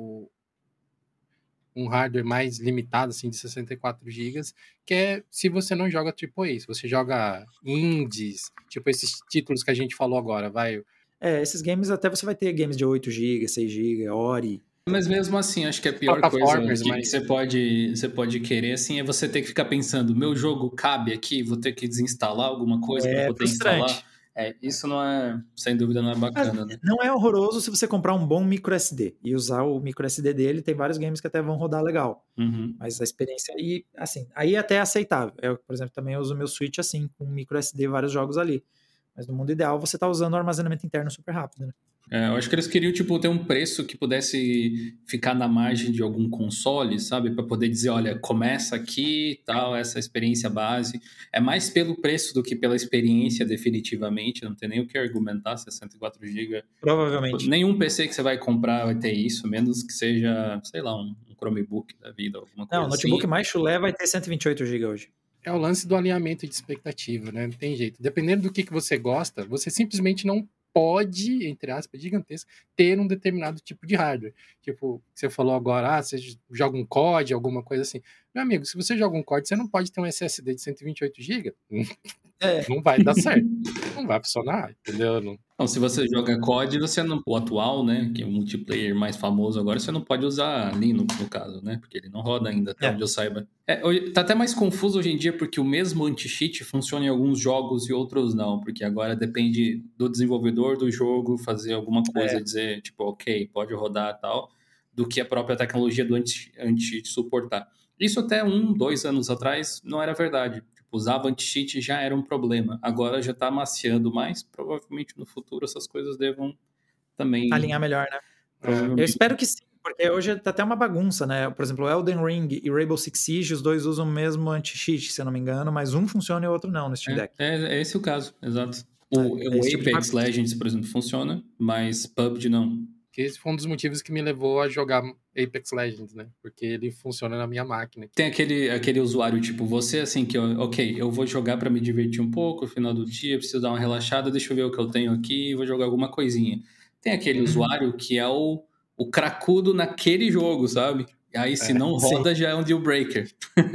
A: um hardware mais limitado, assim, de 64 GB, que é se você não joga AAA, se você joga indies, tipo esses títulos que a gente falou agora, vai.
C: Esses games até você vai ter games de 8 GB, 6 GB, Ori.
B: Mas mesmo assim, acho que a pior coisa que você pode querer, assim, é você ter que ficar pensando, meu jogo cabe aqui, vou ter que desinstalar alguma coisa para poder instalar. Isso não é, sem dúvida, não é bacana, né?
C: Não é horroroso se você comprar um bom micro SD e usar o micro SD dele. Tem vários games que até vão rodar legal.
B: Uhum.
C: Mas a experiência aí, assim, aí até é aceitável. Eu, por exemplo, também uso o meu Switch assim, com micro SD, vários jogos ali. Mas no mundo ideal, você tá usando o armazenamento interno super rápido, né?
B: Eu acho que eles queriam, tipo, ter um preço que pudesse ficar na margem de algum console, sabe? Para poder dizer, olha, começa aqui e tal, essa experiência base. É mais pelo preço do que pela experiência, definitivamente. Não tem nem o que argumentar, 64 GB.
C: Provavelmente.
B: Nenhum PC que você vai comprar vai ter isso, menos que seja, sei lá, um Chromebook da vida, alguma coisa assim.
C: Não, o notebook mais chulé vai ter 128 GB hoje.
A: É o lance do alinhamento de expectativa, né? Não tem jeito. Dependendo do que você gosta, você simplesmente não pode, entre aspas, gigantesca, ter um determinado tipo de hardware. Tipo, você falou agora, você joga um COD, alguma coisa assim. Meu amigo, se você joga um COD, você não pode ter um SSD de 128 GB. Não vai dar certo. Não vai funcionar, entendeu?
B: Não, se você joga COD, você não, o atual, né, que é o multiplayer mais famoso agora, você não pode usar Linux, no caso, né, porque ele não roda ainda, até onde eu saiba. Tá até mais confuso hoje em dia, porque o mesmo anti-cheat funciona em alguns jogos e outros não, porque agora depende do desenvolvedor do jogo fazer alguma coisa, dizer, tipo, ok, pode rodar e tal, do que a própria tecnologia do anti-cheat suportar. Isso até 2 anos atrás não era verdade. Usava anti-cheat já era um problema. Agora já está amaciando mais. Provavelmente no futuro essas coisas devam também
C: alinhar melhor, né? Eu espero que sim, porque hoje tá até uma bagunça, né? Por exemplo, Elden Ring e Rainbow Six Siege, os dois usam o mesmo anti-cheat, se eu não me engano, mas um funciona e o outro não no Steam Deck.
B: É esse o caso, exato. O Apex Legends, por exemplo, funciona, mas PUBG não.
A: Esse foi um dos motivos que me levou a jogar Apex Legends, né? Porque ele funciona na minha máquina.
B: Tem aquele usuário, tipo, você assim, que, ok, eu vou jogar pra me divertir um pouco no final do dia, preciso dar uma relaxada, deixa eu ver o que eu tenho aqui, vou jogar alguma coisinha. Tem aquele usuário que é o cracudo naquele jogo, sabe? Aí se não roda, já é um deal breaker.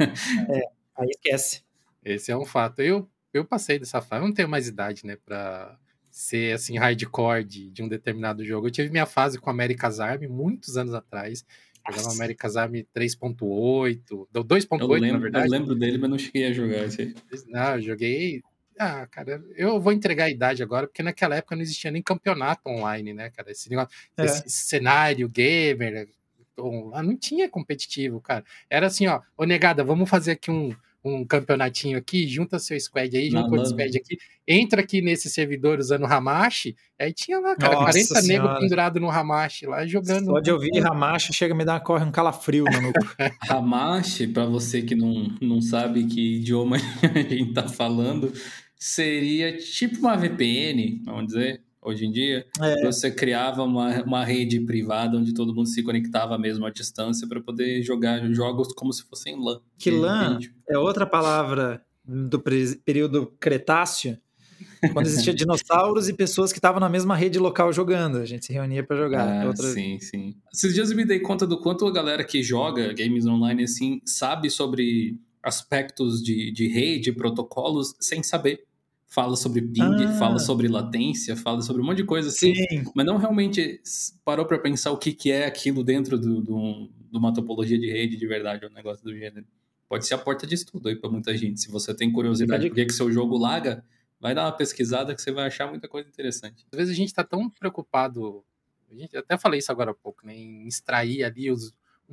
C: Aí esquece.
A: Esse é um fato. Eu passei dessa fase, eu não tenho mais idade, né, pra ser, assim, hardcore de um determinado jogo. Eu tive minha fase com America's Army muitos anos atrás. Jogava America's Army 3.8, 2.8, na verdade.
B: Eu lembro dele, mas não cheguei a jogar esse.
A: Não, eu joguei... cara, eu vou entregar a idade agora, porque naquela época não existia nem campeonato online, né, cara? Esse negócio, esse cenário gamer, não tinha competitivo, cara. Era assim, ó, ô negada, vamos fazer aqui um campeonatinho aqui, junta seu squad aí, junta outro squad aqui, entra aqui nesse servidor usando Hamashi, aí tinha lá, cara, 40 negros pendurados no Hamashi lá, jogando.
C: Só de ouvir Hamashi, chega a me dar corre um calafrio no nuco.
B: Hamashi, pra você que não sabe que idioma a gente tá falando, seria tipo uma VPN, vamos dizer, hoje em dia. Você criava uma rede privada onde todo mundo se conectava mesmo à distância para poder jogar jogos como se fossem LAN.
C: Que LAN é outra palavra do período Cretáceo, quando existia dinossauros e pessoas que estavam na mesma rede local jogando. A gente se reunia para jogar.
B: Sim. Esses dias eu me dei conta do quanto a galera que joga games online assim sabe sobre aspectos de rede, protocolos, sem saber. Fala sobre ping, fala sobre latência, fala sobre um monte de coisa assim, mas não realmente parou para pensar o que é aquilo dentro de uma topologia de rede de verdade, um negócio do gênero. pode ser a porta de estudo aí para muita gente. Se você tem curiosidade por que seu jogo laga, vai dar uma pesquisada que você vai achar muita coisa interessante.
A: Às vezes a gente está tão preocupado, eu até falei isso agora há pouco, né, em extrair ali os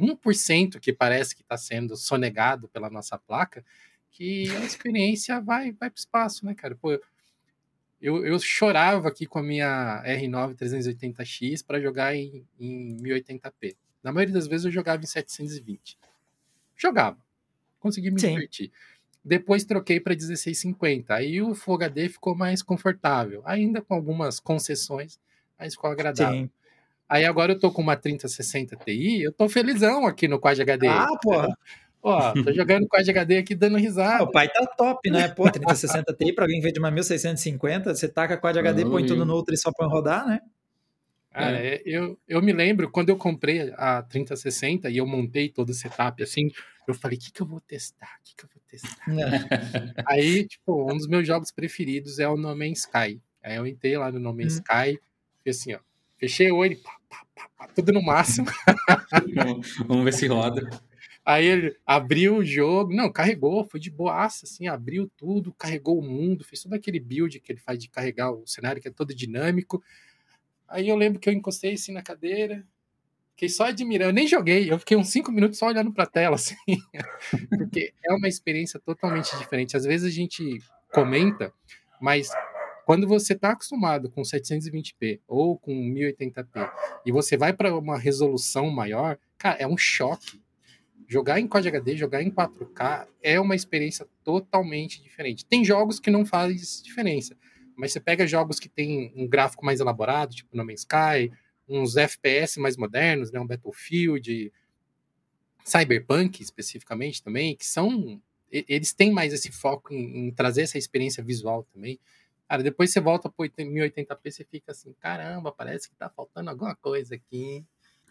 A: 1% que parece que está sendo sonegado pela nossa placa, que a experiência vai para o espaço, né, cara? Pô, eu chorava aqui com a minha R9 380X para jogar em 1080p. Na maioria das vezes eu jogava em 720. Jogava. Consegui me divertir. Depois troquei para 1650. Aí o Full HD ficou mais confortável. Ainda com algumas concessões, mas ficou agradável. Sim. Aí agora eu tô com uma 3060 Ti, eu tô felizão aqui no Quad HD.
C: Ah, porra!
A: Ó, tô jogando Quad HD aqui dando risada.
C: O pai tá top, né? Pô, 3060 Ti pra alguém ver de uma 1650, você taca Quad HD, põe tudo no outro e só põe rodar, né?
A: Cara, eu me lembro, quando eu comprei a 3060 e eu montei todo o setup assim, eu falei, o que eu vou testar? O que eu vou testar? Aí, tipo, um dos meus jogos preferidos é o No Man's Sky. Aí eu entrei lá no No Man's Sky, fiz assim, ó, fechei o olho, tudo no máximo.
B: Vamos ver se roda.
A: Aí ele abriu o jogo, não, carregou, foi de boaça, assim, abriu tudo, carregou o mundo, fez todo aquele build que ele faz de carregar o cenário, que é todo dinâmico. Aí eu lembro que eu encostei assim na cadeira, fiquei só admirando, eu nem joguei, eu fiquei uns 5 minutos só olhando pra tela, assim, porque é uma experiência totalmente diferente. Às vezes a gente comenta, mas quando você tá acostumado com 720p ou com 1080p e você vai para uma resolução maior, cara, é um choque. Jogar em Quad HD, jogar em 4K é uma experiência totalmente diferente. Tem jogos que não faz diferença, mas você pega jogos que tem um gráfico mais elaborado, tipo No Man's Sky, uns FPS mais modernos, né, um Battlefield, Cyberpunk especificamente também, que são... Eles têm mais esse foco em trazer essa experiência visual também. Cara, depois você volta para 1080p, você fica assim, caramba, parece que tá faltando alguma coisa aqui.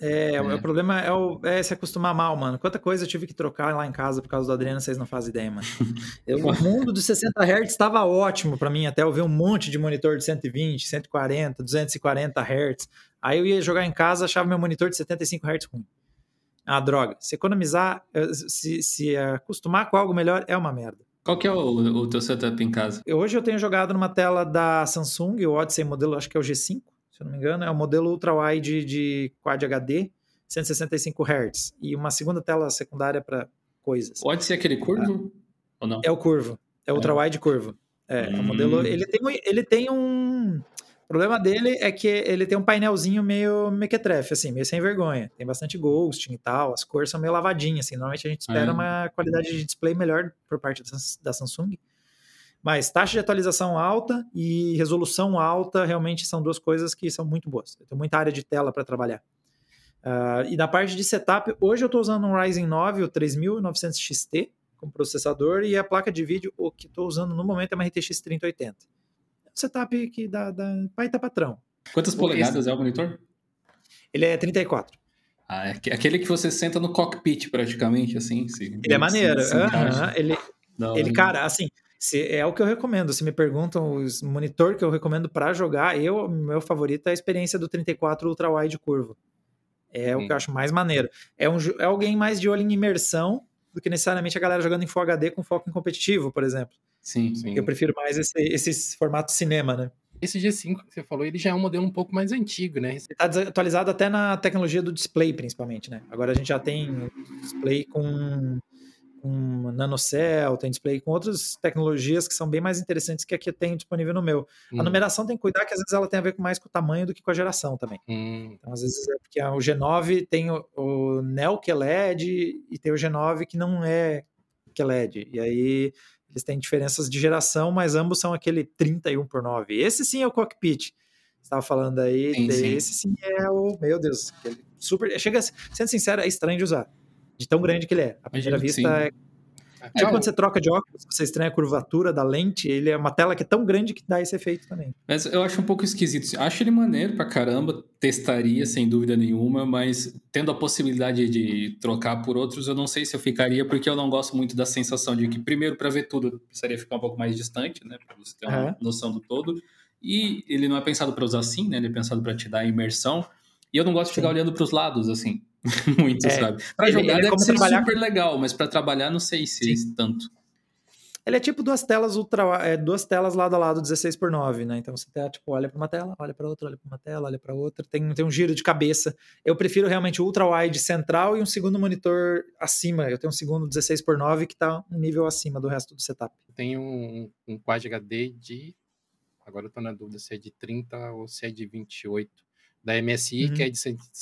C: O problema é se acostumar mal, mano. Quanta coisa eu tive que trocar lá em casa por causa do Adriano, vocês não fazem ideia, mano. O mundo dos 60 Hz estava ótimo para mim, até eu ver um monte de monitor de 120, 140, 240 Hz. Aí eu ia jogar em casa, achava meu monitor de 75 Hz ruim. Ah, droga. Se economizar, se acostumar com algo melhor, é uma merda.
B: Qual que é o teu setup em casa?
C: Hoje eu tenho jogado numa tela da Samsung, o Odyssey modelo, acho que é o G5. Se eu não me engano, é o modelo ultra-wide de Quad HD, 165 Hz. E uma segunda tela secundária para coisas.
B: Pode ser aquele curvo ou não?
C: É o curvo. É o ultra-wide curvo. O modelo... Ele tem um... O problema dele é que ele tem um painelzinho meio mequetrefe, assim, meio sem vergonha. Tem bastante ghosting e tal. As cores são meio lavadinhas, assim. Normalmente a gente espera uma qualidade de display melhor por parte da Samsung. Mas taxa de atualização alta e resolução alta realmente são duas coisas que são muito boas. Eu tenho muita área de tela para trabalhar. E na parte de setup, hoje eu estou usando um Ryzen 9, o 3900 XT, como processador, e a placa de vídeo, o que estou usando no momento é uma RTX 3080. É um setup que dá vai estar patrão.
B: Quantas polegadas é o monitor?
C: Ele é 34.
B: É aquele que você senta no cockpit praticamente, assim.
C: Ele é maneiro. Ele, cara, assim... é o que eu recomendo. Se me perguntam os monitor que eu recomendo para jogar, meu favorito é a experiência do 34 Ultra-Wide curvo. É o que eu acho mais maneiro. É alguém mais de olho em imersão do que necessariamente a galera jogando em Full HD com foco em competitivo, por exemplo.
B: Sim.
C: Eu prefiro mais esse formato cinema, né?
A: Esse G5 que você falou, ele já é um modelo um pouco mais antigo, né? Ele
C: está desatualizado até na tecnologia do display, principalmente, né? Agora a gente já tem display com nanocell, tem display com outras tecnologias que são bem mais interessantes que a que eu tenho disponível no meu. A numeração tem que cuidar que às vezes ela tem a ver mais com o tamanho do que com a geração também. Então, às vezes é porque o G9 tem o Neo QLED e tem o G9 que não é QLED. E aí eles têm diferenças de geração, mas ambos são aquele 31:9. Esse sim é o cockpit. Você estava falando aí, esse sim é o... Meu Deus, super... Chega, sendo sincero, é estranho de usar. De tão grande que ele é. À primeira vista, tipo quando você troca de óculos, você estranha a curvatura da lente, ele é uma tela que é tão grande que dá esse efeito também.
B: Mas eu acho um pouco esquisito. Acho ele maneiro pra caramba, testaria sem dúvida nenhuma, mas tendo a possibilidade de trocar por outros, eu não sei se eu ficaria, porque eu não gosto muito da sensação de que, primeiro, para ver tudo, eu precisaria ficar um pouco mais distante, né, pra você ter uma noção do todo. E ele não é pensado para usar assim, né, ele é pensado para te dar imersão. E eu não gosto de ficar olhando para os lados, assim. Muito, sabe? Pra jogar
C: ele é
B: deve
C: como
B: ser
C: trabalhar
B: super legal, mas pra trabalhar não sei se tanto.
C: Ele é tipo duas telas duas telas lado a lado, 16:9, né? Então você tá, tipo, olha para uma tela, olha para outra, olha para uma tela, olha para outra, tem um giro de cabeça. Eu prefiro realmente o ultra wide central e um segundo monitor acima. Eu tenho um segundo 16:9 que tá um nível acima do resto do setup.
A: Eu tenho um Quad HD agora eu tô na dúvida se é de 30 ou se é de 28, da MSI, que é de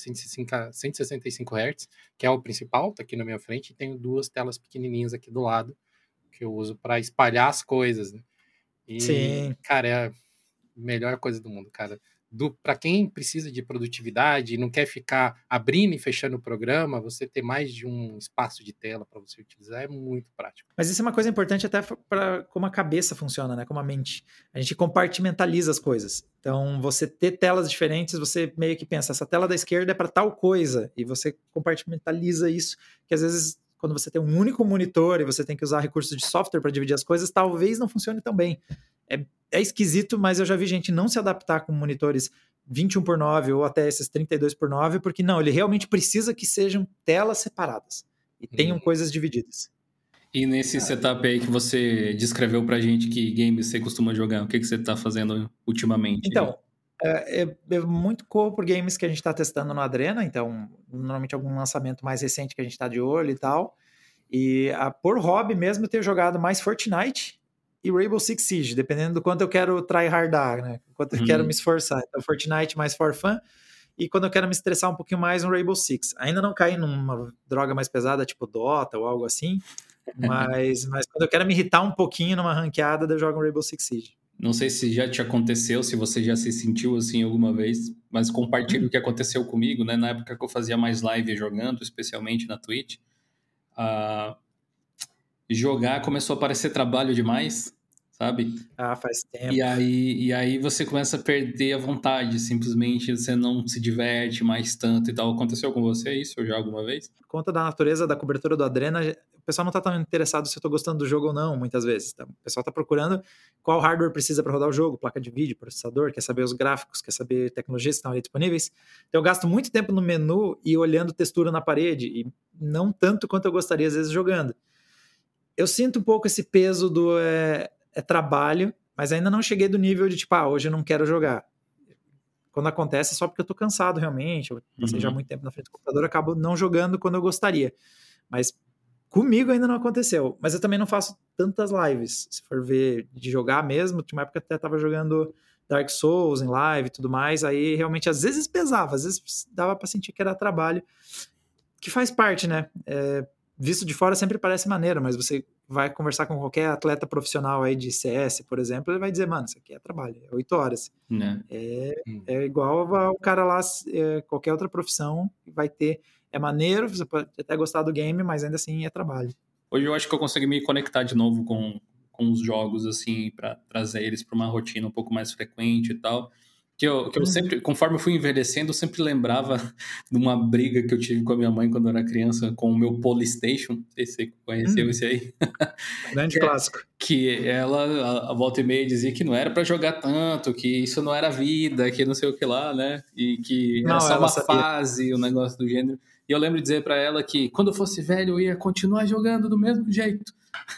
A: 165 Hz, que é o principal, tá aqui na minha frente, e tenho duas telas pequenininhas aqui do lado, que eu uso para espalhar as coisas, né? E,
C: Sim.
A: cara, é a melhor coisa do mundo, cara. Para quem precisa de produtividade e não quer ficar abrindo e fechando o programa, você ter mais de um espaço de tela para você utilizar é muito prático.
C: Mas isso é uma coisa importante até para como a cabeça funciona, né? Como a mente. A gente compartimentaliza as coisas. Então, você ter telas diferentes, você meio que pensa, essa tela da esquerda é para tal coisa, e você compartimentaliza isso, que às vezes, quando você tem um único monitor e você tem que usar recursos de software para dividir as coisas, talvez não funcione tão bem. É esquisito, mas eu já vi gente não se adaptar com monitores 21:9 ou até esses 32:9, porque não, ele realmente precisa que sejam telas separadas e tenham coisas divididas.
B: E nesse setup aí que você descreveu pra gente que games você costuma jogar, o que você tá fazendo ultimamente?
C: Então, eu muito corro por games que a gente está testando no Adrena, então normalmente algum lançamento mais recente que a gente está de olho e tal. E por hobby mesmo eu tenho jogado mais Fortnite e Rainbow Six Siege, dependendo do quanto eu quero tryhardar, né? Quanto eu quero me esforçar. Então Fortnite mais for fun, e quando eu quero me estressar um pouquinho mais no Rainbow Six. Ainda não caí numa droga mais pesada, tipo Dota ou algo assim, mas quando eu quero me irritar um pouquinho numa ranqueada, eu jogo um Rainbow Six Siege.
B: Não sei se já te aconteceu, se você já se sentiu assim alguma vez, mas compartilho o que aconteceu comigo, né? Na época que eu fazia mais live jogando, especialmente na Twitch, jogar começou a parecer trabalho demais, sabe?
C: Faz tempo.
B: E aí você começa a perder a vontade, simplesmente você não se diverte mais tanto e tal. Aconteceu com você isso já alguma vez?
C: Por conta da natureza da cobertura do Adrena, o pessoal não está tão interessado se eu estou gostando do jogo ou não, muitas vezes. Tá? O pessoal está procurando qual hardware precisa para rodar o jogo, placa de vídeo, processador, quer saber os gráficos, quer saber tecnologias que estão ali disponíveis. Então eu gasto muito tempo no menu e olhando textura na parede, e não tanto quanto eu gostaria, às vezes, jogando. Eu sinto um pouco esse peso do trabalho, mas ainda não cheguei do nível de tipo, hoje eu não quero jogar. Quando acontece é só porque eu tô cansado realmente, eu passei já muito tempo na frente do computador, acabo não jogando quando eu gostaria. Mas comigo ainda não aconteceu. Mas eu também não faço tantas lives. Se for ver de jogar mesmo, tinha uma época que eu até tava jogando Dark Souls em live e tudo mais, aí realmente às vezes pesava, às vezes dava pra sentir que era trabalho, que faz parte, né? Visto de fora sempre parece maneiro, mas você vai conversar com qualquer atleta profissional aí de CS, por exemplo, ele vai dizer, mano, isso aqui é trabalho, é 8 horas. É igual ao cara lá, qualquer outra profissão vai ter, é maneiro, você pode até gostar do game, mas ainda assim é trabalho.
B: Hoje eu acho que eu consegui me conectar de novo com os jogos, assim, para trazer eles para uma rotina um pouco mais frequente e tal. Que eu sempre, conforme eu fui envelhecendo, eu sempre lembrava de uma briga que eu tive com a minha mãe quando eu era criança, com o meu PlayStation. Não sei se você conheceu esse aí.
C: Grande clássico.
B: Que ela, a volta e meia, dizia que não era para jogar tanto, que isso não era vida, que não sei o que lá, né? E que era só uma fase, um negócio do gênero. E eu lembro de dizer para ela que quando eu fosse velho eu ia continuar jogando do mesmo jeito.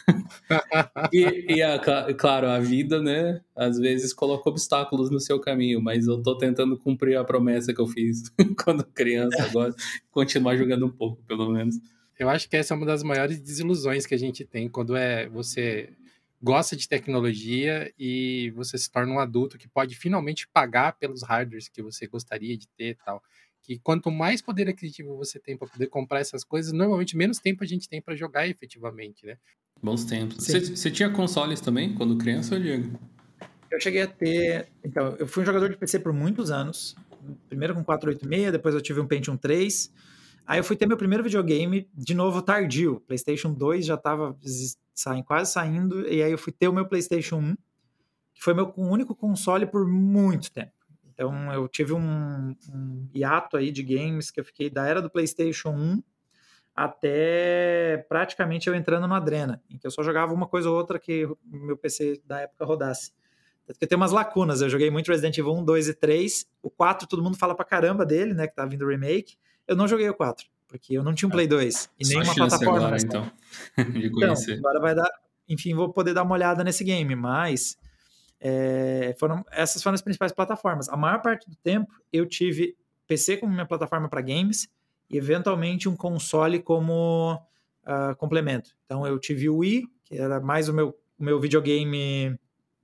B: Claro, a vida, né, às vezes coloca obstáculos no seu caminho, mas eu tô tentando cumprir a promessa que eu fiz quando criança agora, continuar jogando um pouco, pelo menos.
A: Eu acho que essa é uma das maiores desilusões que a gente tem quando você gosta de tecnologia e você se torna um adulto que pode finalmente pagar pelos hardwares que você gostaria de ter e tal. Que quanto mais poder aquisitivo você tem para poder comprar essas coisas, normalmente menos tempo a gente tem para jogar efetivamente, né?
B: Bons tempos. Você tinha consoles também quando criança, Diego?
C: Eu cheguei a ter... Então, eu fui um jogador de PC por muitos anos. Primeiro com 486, depois eu tive um Pentium 3. Aí eu fui ter meu primeiro videogame, de novo tardio. PlayStation 2 já estava quase saindo, e aí eu fui ter o meu PlayStation 1, que foi meu único console por muito tempo. Então eu tive um hiato aí de games que eu fiquei da era do PlayStation 1 até praticamente eu entrando no Adrena, em que eu só jogava uma coisa ou outra que o meu PC da época rodasse. Porque tem umas lacunas, eu joguei muito Resident Evil 1, 2 e 3, o 4 todo mundo fala pra caramba dele, né, que tá vindo o remake, Eu não joguei o 4, porque eu não tinha um Play 2 e
B: Só
C: nenhuma
B: chance
C: plataforma.
B: agora, então, de
C: Então,
B: conhecer.
C: agora vai dar... Enfim, vou poder dar uma olhada nesse game, mas essas foram as principais plataformas. A maior parte do tempo eu tive PC como minha plataforma para games e eventualmente um console como complemento. Então eu tive o Wii, que era mais o meu videogame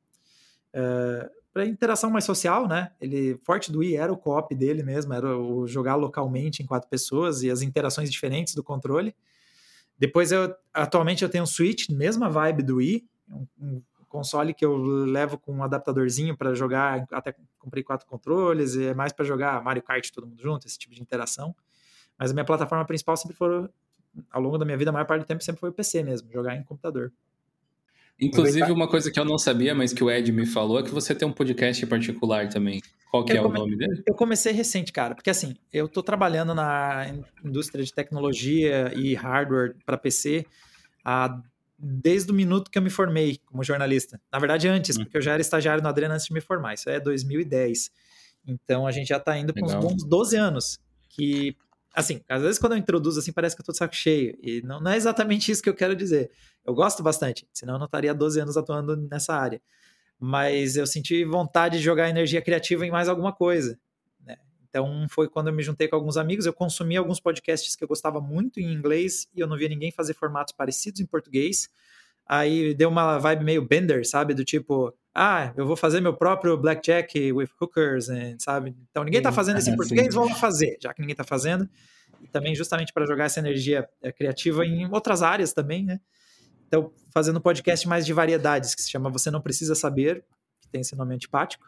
C: para interação mais social, né? Ele forte do Wii era o co-op dele mesmo, era o jogar localmente em 4 pessoas e as interações diferentes do controle. Depois atualmente eu tenho um Switch, mesma vibe do Wii, um console que eu levo com um adaptadorzinho para jogar, até comprei 4 controles, e é mais para jogar Mario Kart todo mundo junto, esse tipo de interação. Mas a minha plataforma principal sempre foi, ao longo da minha vida, a maior parte do tempo sempre foi o PC mesmo, jogar em computador.
B: Inclusive, uma coisa que eu não sabia, mas que o Ed me falou, é que você tem um podcast particular também. Qual que é o nome dele?
C: Eu comecei recente, cara, porque assim, eu tô trabalhando na indústria de tecnologia e hardware para PC desde o minuto que eu me formei como jornalista. Na verdade, antes, porque eu já era estagiário no Adrena antes de me formar. Isso é 2010. Então, a gente já tá indo com uns bons 12 anos. Que, assim, às vezes quando eu introduzo, assim, parece que eu tô de saco cheio. E não é exatamente isso que eu quero dizer. Eu gosto bastante, senão eu não estaria 12 anos atuando nessa área. Mas eu senti vontade de jogar energia criativa em mais alguma coisa. Então, foi quando eu me juntei com alguns amigos, eu consumi alguns podcasts que eu gostava muito em inglês e eu não via ninguém fazer formatos parecidos em português. Aí deu uma vibe meio Bender, sabe? Do tipo, eu vou fazer meu próprio blackjack with hookers, sabe? Então, ninguém tá fazendo isso em português, vou lá fazer, já que ninguém tá fazendo. E também justamente para jogar essa energia criativa em outras áreas também, né? Então, fazendo um podcast mais de variedades, que se chama Você Não Precisa Saber, que tem esse nome antipático.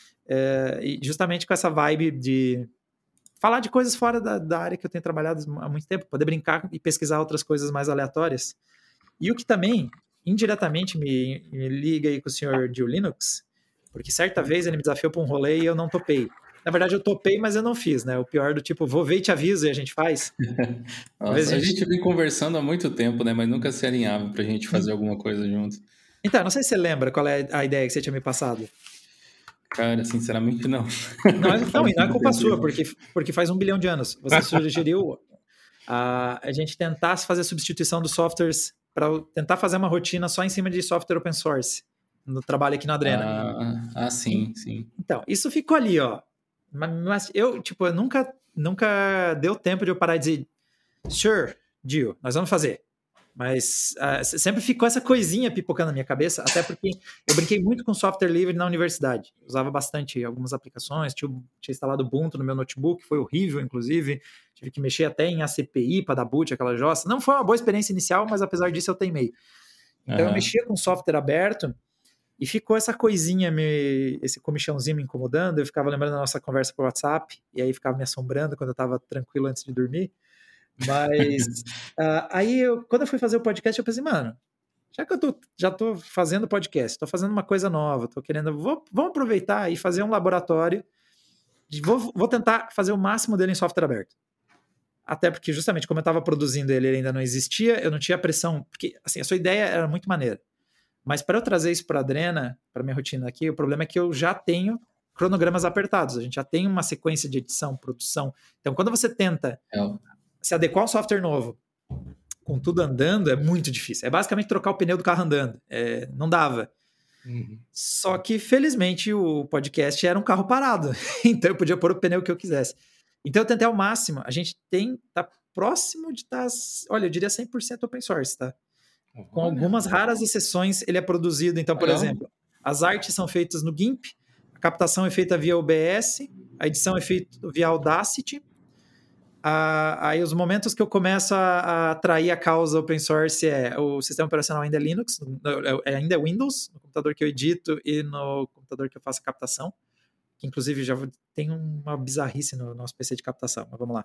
C: E justamente com essa vibe de falar de coisas fora da área que eu tenho trabalhado há muito tempo, poder brincar e pesquisar outras coisas mais aleatórias. E o que também, indiretamente, me liga aí com o senhor Gil Linux, porque certa vez ele me desafiou para um rolê e eu não topei. Na verdade, eu topei, mas eu não fiz, né? O pior do tipo, vou ver e te aviso e a gente faz.
B: Nossa, a gente vem conversando há muito tempo, né? Mas nunca se alinhava pra gente fazer alguma coisa junto.
C: Então, não sei se você lembra qual é a ideia que você tinha me passado.
B: Cara, sinceramente, não.
C: Não, e não é culpa sua, porque faz 1 bilhão de anos. Você sugeriu a gente tentar fazer substituição dos softwares para tentar fazer uma rotina só em cima de software open source no trabalho aqui no Adrena.
B: Sim.
C: Então, isso ficou ali, ó. Mas eu nunca deu tempo de eu parar e dizer, sure, Gil, nós vamos fazer. Mas sempre ficou essa coisinha pipocando na minha cabeça, até porque eu brinquei muito com software livre na universidade. Usava bastante algumas aplicações, tinha instalado Ubuntu no meu notebook, foi horrível, inclusive. Tive que mexer até em ACPI para dar boot, aquela jossa. Não foi uma boa experiência inicial, mas apesar disso eu teimei. Então eu mexia com software aberto e ficou essa coisinha, esse comichãozinho me incomodando. Eu ficava lembrando da nossa conversa por WhatsApp, e aí ficava me assombrando quando eu estava tranquilo antes de dormir. Mas aí, quando eu fui fazer o podcast, eu pensei, mano, já que eu já tô fazendo podcast, tô fazendo uma coisa nova, tô querendo, vamos aproveitar e fazer um laboratório, vou tentar fazer o máximo dele em software aberto. Até porque, justamente, como eu estava produzindo ele ainda não existia, eu não tinha pressão, porque, assim, a sua ideia era muito maneira. Mas para eu trazer isso para a Adrena, para minha rotina aqui, o problema é que eu já tenho cronogramas apertados, a gente já tem uma sequência de edição, produção. Então, quando você tenta se adequar a um software novo, com tudo andando, é muito difícil. É basicamente trocar o pneu do carro andando. Não dava. Só que, felizmente, o podcast era um carro parado. Então, eu podia pôr o pneu que eu quisesse. Então, eu tentei ao máximo. A gente tá próximo de estar, olha, eu diria 100% open source, tá? Com algumas raras exceções, ele é produzido. Então, por exemplo, as artes são feitas no GIMP, a captação é feita via OBS, a edição é feita via Audacity. Aí os momentos que eu começo a atrair a causa open source o sistema operacional ainda é Linux, ainda é Windows, no computador que eu edito e no computador que eu faço a captação, que inclusive já tem uma bizarrice no nosso PC de captação, mas vamos lá.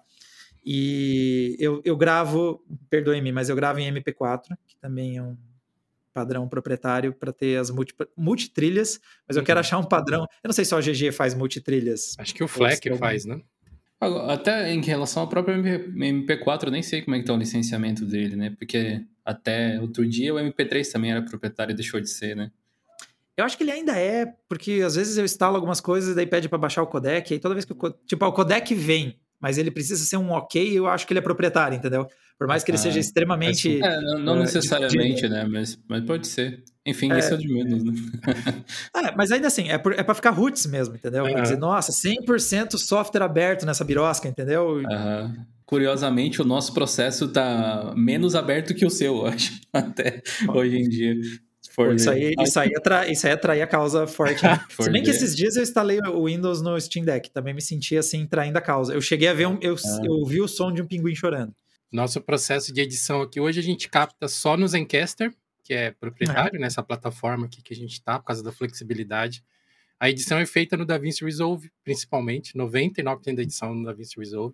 C: E eu gravo, perdoe-me, mas eu gravo em MP4, que também é um padrão proprietário para ter as multitrilhas, mas eu quero achar um padrão. Eu não sei se só a GG faz multitrilhas.
A: Acho que o FLAC faz, né?
B: Até em relação ao próprio MP4, eu nem sei como é que tá o licenciamento dele, né? Porque até outro dia o MP3 também era proprietário e deixou de ser, né?
C: Eu acho que ele ainda é, porque às vezes eu instalo algumas coisas e daí pede para baixar o codec, e aí toda vez que o codec vem mas ele precisa ser um ok, eu acho que ele é proprietário, entendeu? Por mais que ele seja extremamente
B: não
C: difundido.
B: necessariamente, né? Mas pode ser. Enfim, isso é o de menos, né?
C: Mas ainda assim, é pra ficar roots mesmo, entendeu? Pra dizer, nossa, 100% software aberto nessa birosca, entendeu?
B: Curiosamente, o nosso processo tá menos aberto que o seu, eu acho, até hoje em dia.
C: Isso aí atrair a causa forte, né? Se bem que esses dias eu instalei o Windows no Steam Deck, também me senti assim, traindo a causa. Eu cheguei a ver, eu ouvi o som de um pinguim chorando.
A: Nosso processo de edição aqui, hoje a gente capta só no Zencastr, que é proprietário nessa plataforma aqui que a gente tá, por causa da flexibilidade. A edição é feita no DaVinci Resolve, principalmente, 99% da edição no DaVinci Resolve.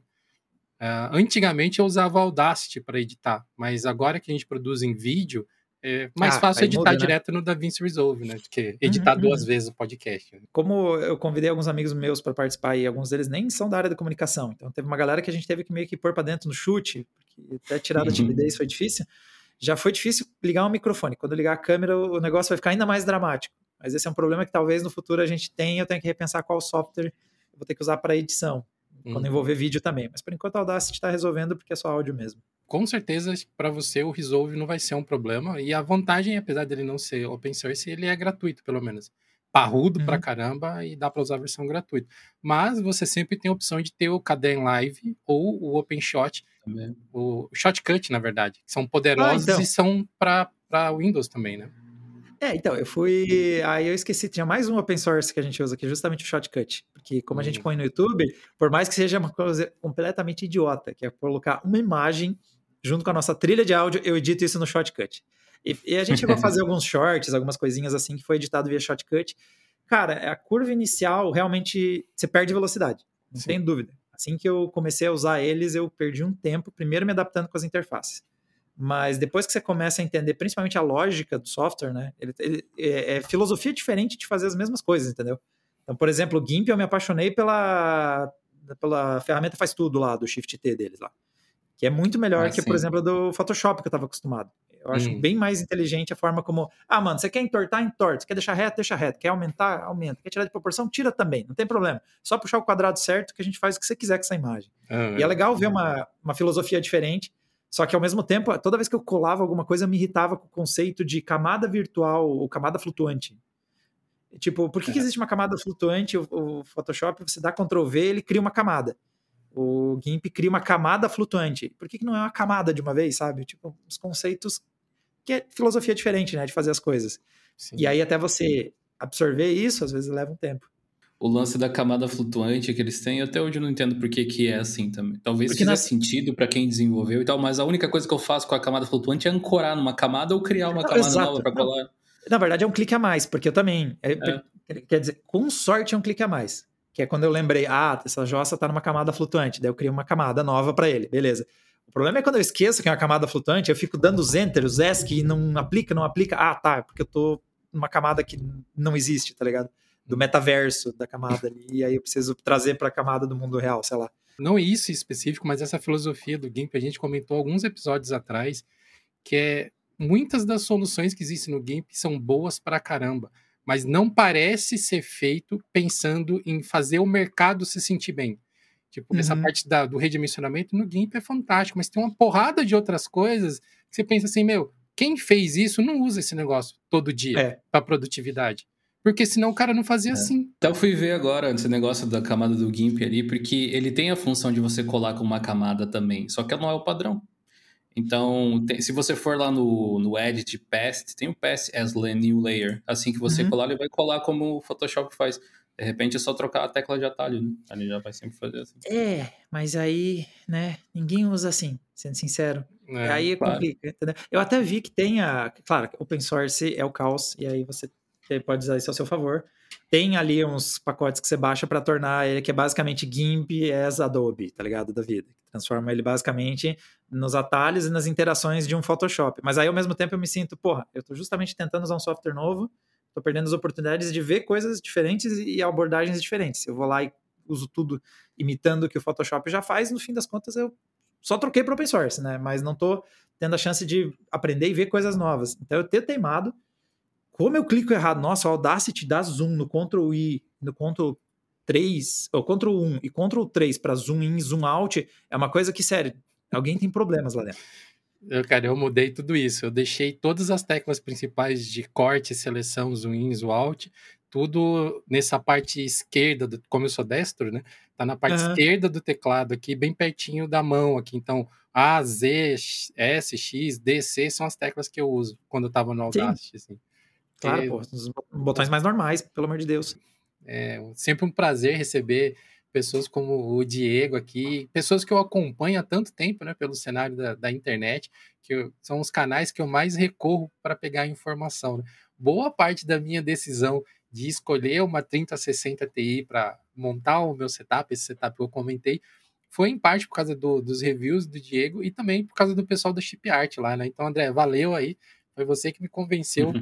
A: Antigamente eu usava o Audacity para editar, mas agora que a gente produz em vídeo, é mais fácil editar direto no DaVinci Resolve, né? Do que editar duas vezes o podcast. Né?
C: Como eu convidei alguns amigos meus para participar e alguns deles nem são da área da comunicação, então teve uma galera que a gente teve que meio que pôr para dentro no chute, porque até tirar da timidez foi difícil. Já foi difícil ligar um microfone. Quando ligar a câmera, o negócio vai ficar ainda mais dramático. Mas esse é um problema que talvez no futuro a gente tenha, eu tenho que repensar qual software eu vou ter que usar para edição, quando envolver vídeo também. Mas por enquanto a Audacity está resolvendo porque é só áudio mesmo.
A: Com certeza, para você, o Resolve não vai ser um problema. E a vantagem, apesar dele não ser open source, ele é gratuito, pelo menos. Parrudo pra caramba e dá para usar a versão gratuita. Mas você sempre tem a opção de ter o Kden Live ou o OpenShot, o Shotcut, na verdade, que são poderosos e são para Windows também, né?
C: Então, aí eu esqueci, tinha mais um open source que a gente usa aqui, justamente o Shotcut. Porque como a gente põe no YouTube, por mais que seja uma coisa completamente idiota, que é colocar uma imagem junto com a nossa trilha de áudio, eu edito isso no Shotcut. E a gente chegou a fazer alguns shorts, algumas coisinhas assim, que foi editado via Shotcut. Cara, a curva inicial, realmente, você perde velocidade, não tem dúvida. Assim que eu comecei a usar eles, eu perdi um tempo, primeiro me adaptando com as interfaces. Mas depois que você começa a entender principalmente a lógica do software, né? Ele é filosofia diferente de fazer as mesmas coisas, entendeu? Então, por exemplo, o GIMP eu me apaixonei pela ferramenta Faz Tudo lá, do Shift T deles lá. Que é muito melhor que, por exemplo, do Photoshop que eu estava acostumado. Eu acho bem mais inteligente a forma como... mano, você quer entortar? Entorta. Você quer deixar reto? Deixa reto. Quer aumentar? Aumenta. Quer tirar de proporção? Tira também. Não tem problema. Só puxar o quadrado certo que a gente faz o que você quiser com essa imagem. E é legal ver uma filosofia diferente. Só que, ao mesmo tempo, toda vez que eu colava alguma coisa, eu me irritava com o conceito de camada virtual ou camada flutuante. Tipo, por que existe uma camada flutuante? O Photoshop, você dá Ctrl V, ele cria uma camada. O GIMP cria uma camada flutuante. Por que não é uma camada de uma vez, sabe? Tipo, os conceitos que é filosofia diferente, né? De fazer as coisas. Sim. E aí, até você absorver isso, às vezes leva um tempo.
B: O lance da camada flutuante que eles têm, até hoje eu não entendo por que é assim também. Talvez fizesse sentido para quem desenvolveu e tal, mas a única coisa que eu faço com a camada flutuante é ancorar numa camada ou criar uma camada nova para colar.
C: Na verdade, é um clique a mais, porque eu também... Quer dizer, com sorte é um clique a mais. Que é quando eu lembrei, essa jossa tá numa camada flutuante, daí eu crio uma camada nova para ele, beleza. O problema é quando eu esqueço que é uma camada flutuante, eu fico dando os enter, os ESC e não aplica. Porque eu tô numa camada que não existe, tá ligado? Do metaverso da camada ali, e aí eu preciso trazer para a camada do mundo real, sei lá.
A: Não isso em específico, mas essa filosofia do GIMP, a gente comentou alguns episódios atrás, que é muitas das soluções que existem no GIMP são boas pra caramba, mas não parece ser feito pensando em fazer o mercado se sentir bem. Tipo, essa parte do redimensionamento no GIMP é fantástico, mas tem uma porrada de outras coisas que você pensa assim, quem fez isso não usa esse negócio todo dia para produtividade. Porque senão o cara não fazia assim.
B: Então eu fui ver agora esse negócio da camada do GIMP ali, porque ele tem a função de você colar com uma camada também, só que não é o padrão. Então, se você for lá no Edit Past, tem o Past as New Layer. Assim que você colar, ele vai colar como o Photoshop faz. De repente é só trocar a tecla de atalho, né? Ele já vai sempre fazer assim.
C: Mas aí, né, ninguém usa assim, sendo sincero. Aí complica, entendeu? Eu até vi que tem claro, open source é o caos, e aí você pode usar isso ao seu favor. Tem ali uns pacotes que você baixa para tornar ele, que é basicamente GIMP as Adobe, tá ligado? Da vida. Transforma ele basicamente nos atalhos e nas interações de um Photoshop. Mas aí, ao mesmo tempo, eu me sinto, eu tô justamente tentando usar um software novo, tô perdendo as oportunidades de ver coisas diferentes e abordagens diferentes. Eu vou lá e uso tudo imitando o que o Photoshop já faz, no fim das contas, eu só troquei para open source, né? Mas não tô tendo a chance de aprender e ver coisas novas. Então, eu tenho teimado. Como eu clico errado, nossa, o Audacity dá zoom no Ctrl I, no Ctrl 3, ou Ctrl 1 e Ctrl 3 para zoom in, zoom out, é uma coisa que, sério, alguém tem problemas lá dentro.
A: Cara, eu mudei tudo isso. Eu deixei todas as teclas principais de corte, seleção, zoom in, zoom out, tudo nessa parte esquerda, como eu sou destro, né? Tá na parte esquerda do teclado aqui, bem pertinho da mão aqui. Então, A, Z, S, X, D, C são as teclas que eu uso quando eu tava no Audacity, assim.
C: Claro, pô, os botões mais normais, pelo amor de Deus.
A: É sempre um prazer receber pessoas como o Diego aqui, pessoas que eu acompanho há tanto tempo, né, pelo cenário da internet, são os canais que eu mais recorro para pegar informação, né? Boa parte da minha decisão de escolher uma 3060 Ti para montar o meu setup, esse setup que eu comentei, foi em parte por causa dos reviews do Diego e também por causa do pessoal da Chip Art lá, né? Então, André, valeu aí. Foi você que me convenceu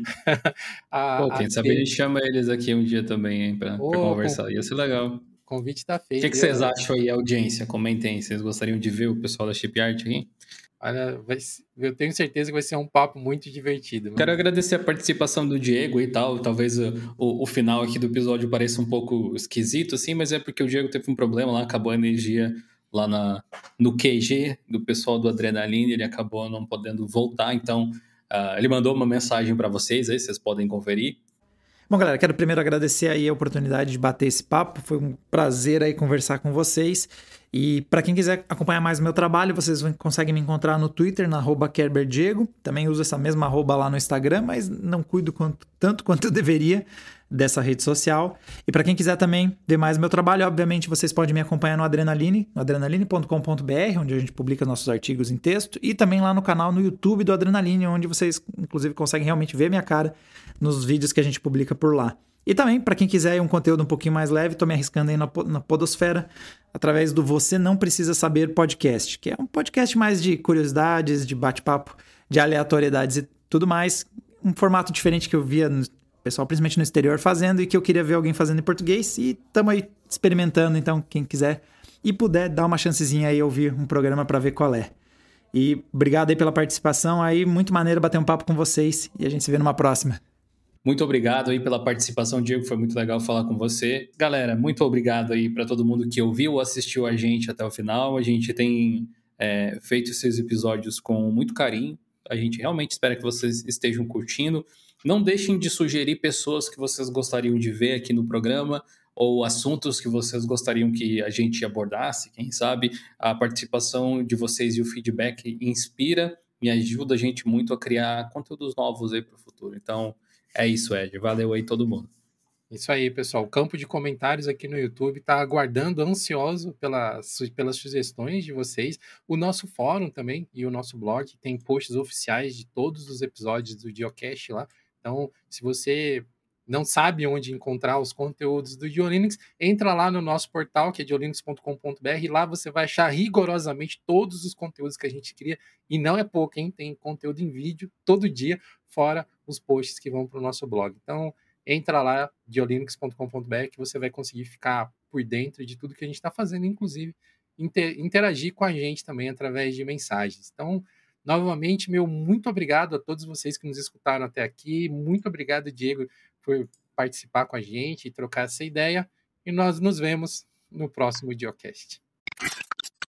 B: Pô,
A: a
B: quem sabe a
A: ter...
B: gente chama eles aqui um dia também, hein, pra conversar. Ia ser legal. O
A: Convite tá
B: que
A: feito.
B: vocês acham aí, audiência? Comentem aí. Vocês gostariam de ver o pessoal da Chip Art aqui?
A: Olha, eu tenho certeza que vai ser um papo muito divertido.
B: Quero agradecer a participação do Diego e tal. Talvez o final aqui do episódio pareça um pouco esquisito, assim, mas é porque o Diego teve um problema lá, acabou a energia lá no QG do pessoal do Adrenaline, ele acabou não podendo voltar, então ele mandou uma mensagem para vocês aí, vocês podem conferir.
C: Bom, galera, quero primeiro agradecer aí a oportunidade de bater esse papo. Foi um prazer aí conversar com vocês. E para quem quiser acompanhar mais o meu trabalho, vocês conseguem me encontrar no Twitter, na @KerberDiego. Também uso essa mesma arroba lá no Instagram, mas não cuido tanto quanto eu deveria dessa rede social. E para quem quiser também ver mais o meu trabalho, obviamente vocês podem me acompanhar no Adrenaline, no adrenaline.com.br, onde a gente publica nossos artigos em texto, e também lá no canal no YouTube do Adrenaline, onde vocês inclusive conseguem realmente ver minha cara nos vídeos que a gente publica por lá. E também, para quem quiser um conteúdo um pouquinho mais leve, estou me arriscando aí na podosfera, através do Você Não Precisa Saber podcast, que é um podcast mais de curiosidades, de bate-papo, de aleatoriedades e tudo mais. Um formato diferente que eu via pessoal, principalmente no exterior, fazendo e que eu queria ver alguém fazendo em português. E estamos aí experimentando, então quem quiser e puder, dar uma chancezinha aí ouvir um programa para ver qual é. E obrigado aí pela participação, aí muito maneiro bater um papo com vocês e a gente se vê numa próxima.
B: Muito obrigado aí pela participação, Diego, foi muito legal falar com você. Galera, muito obrigado aí para todo mundo que ouviu ou assistiu a gente até o final. A gente tem feito esses episódios com muito carinho. A gente realmente espera que vocês estejam curtindo. Não deixem de sugerir pessoas que vocês gostariam de ver aqui no programa ou assuntos que vocês gostariam que a gente abordasse. Quem sabe a participação de vocês e o feedback inspira e ajuda a gente muito a criar conteúdos novos aí para o futuro. Então, é isso, Ed. Valeu aí todo mundo.
A: Isso aí, pessoal. O campo de comentários aqui no YouTube está aguardando, ansioso pelas sugestões de vocês. O nosso fórum também e o nosso blog tem posts oficiais de todos os episódios do Geocast lá. Então, se você não sabe onde encontrar os conteúdos do GeoLinux, entra lá no nosso portal, que é geolinux.com.br, e lá você vai achar rigorosamente todos os conteúdos que a gente cria. E não é pouco, hein? Tem conteúdo em vídeo todo dia, fora os posts que vão para o nosso blog. Então, entra lá, geolinux.com.br, que você vai conseguir ficar por dentro de tudo que a gente está fazendo, inclusive interagir com a gente também através de mensagens. Então, novamente, meu muito obrigado a todos vocês que nos escutaram até aqui. Muito obrigado, Diego, por participar com a gente e trocar essa ideia. E nós nos vemos no próximo Geocast.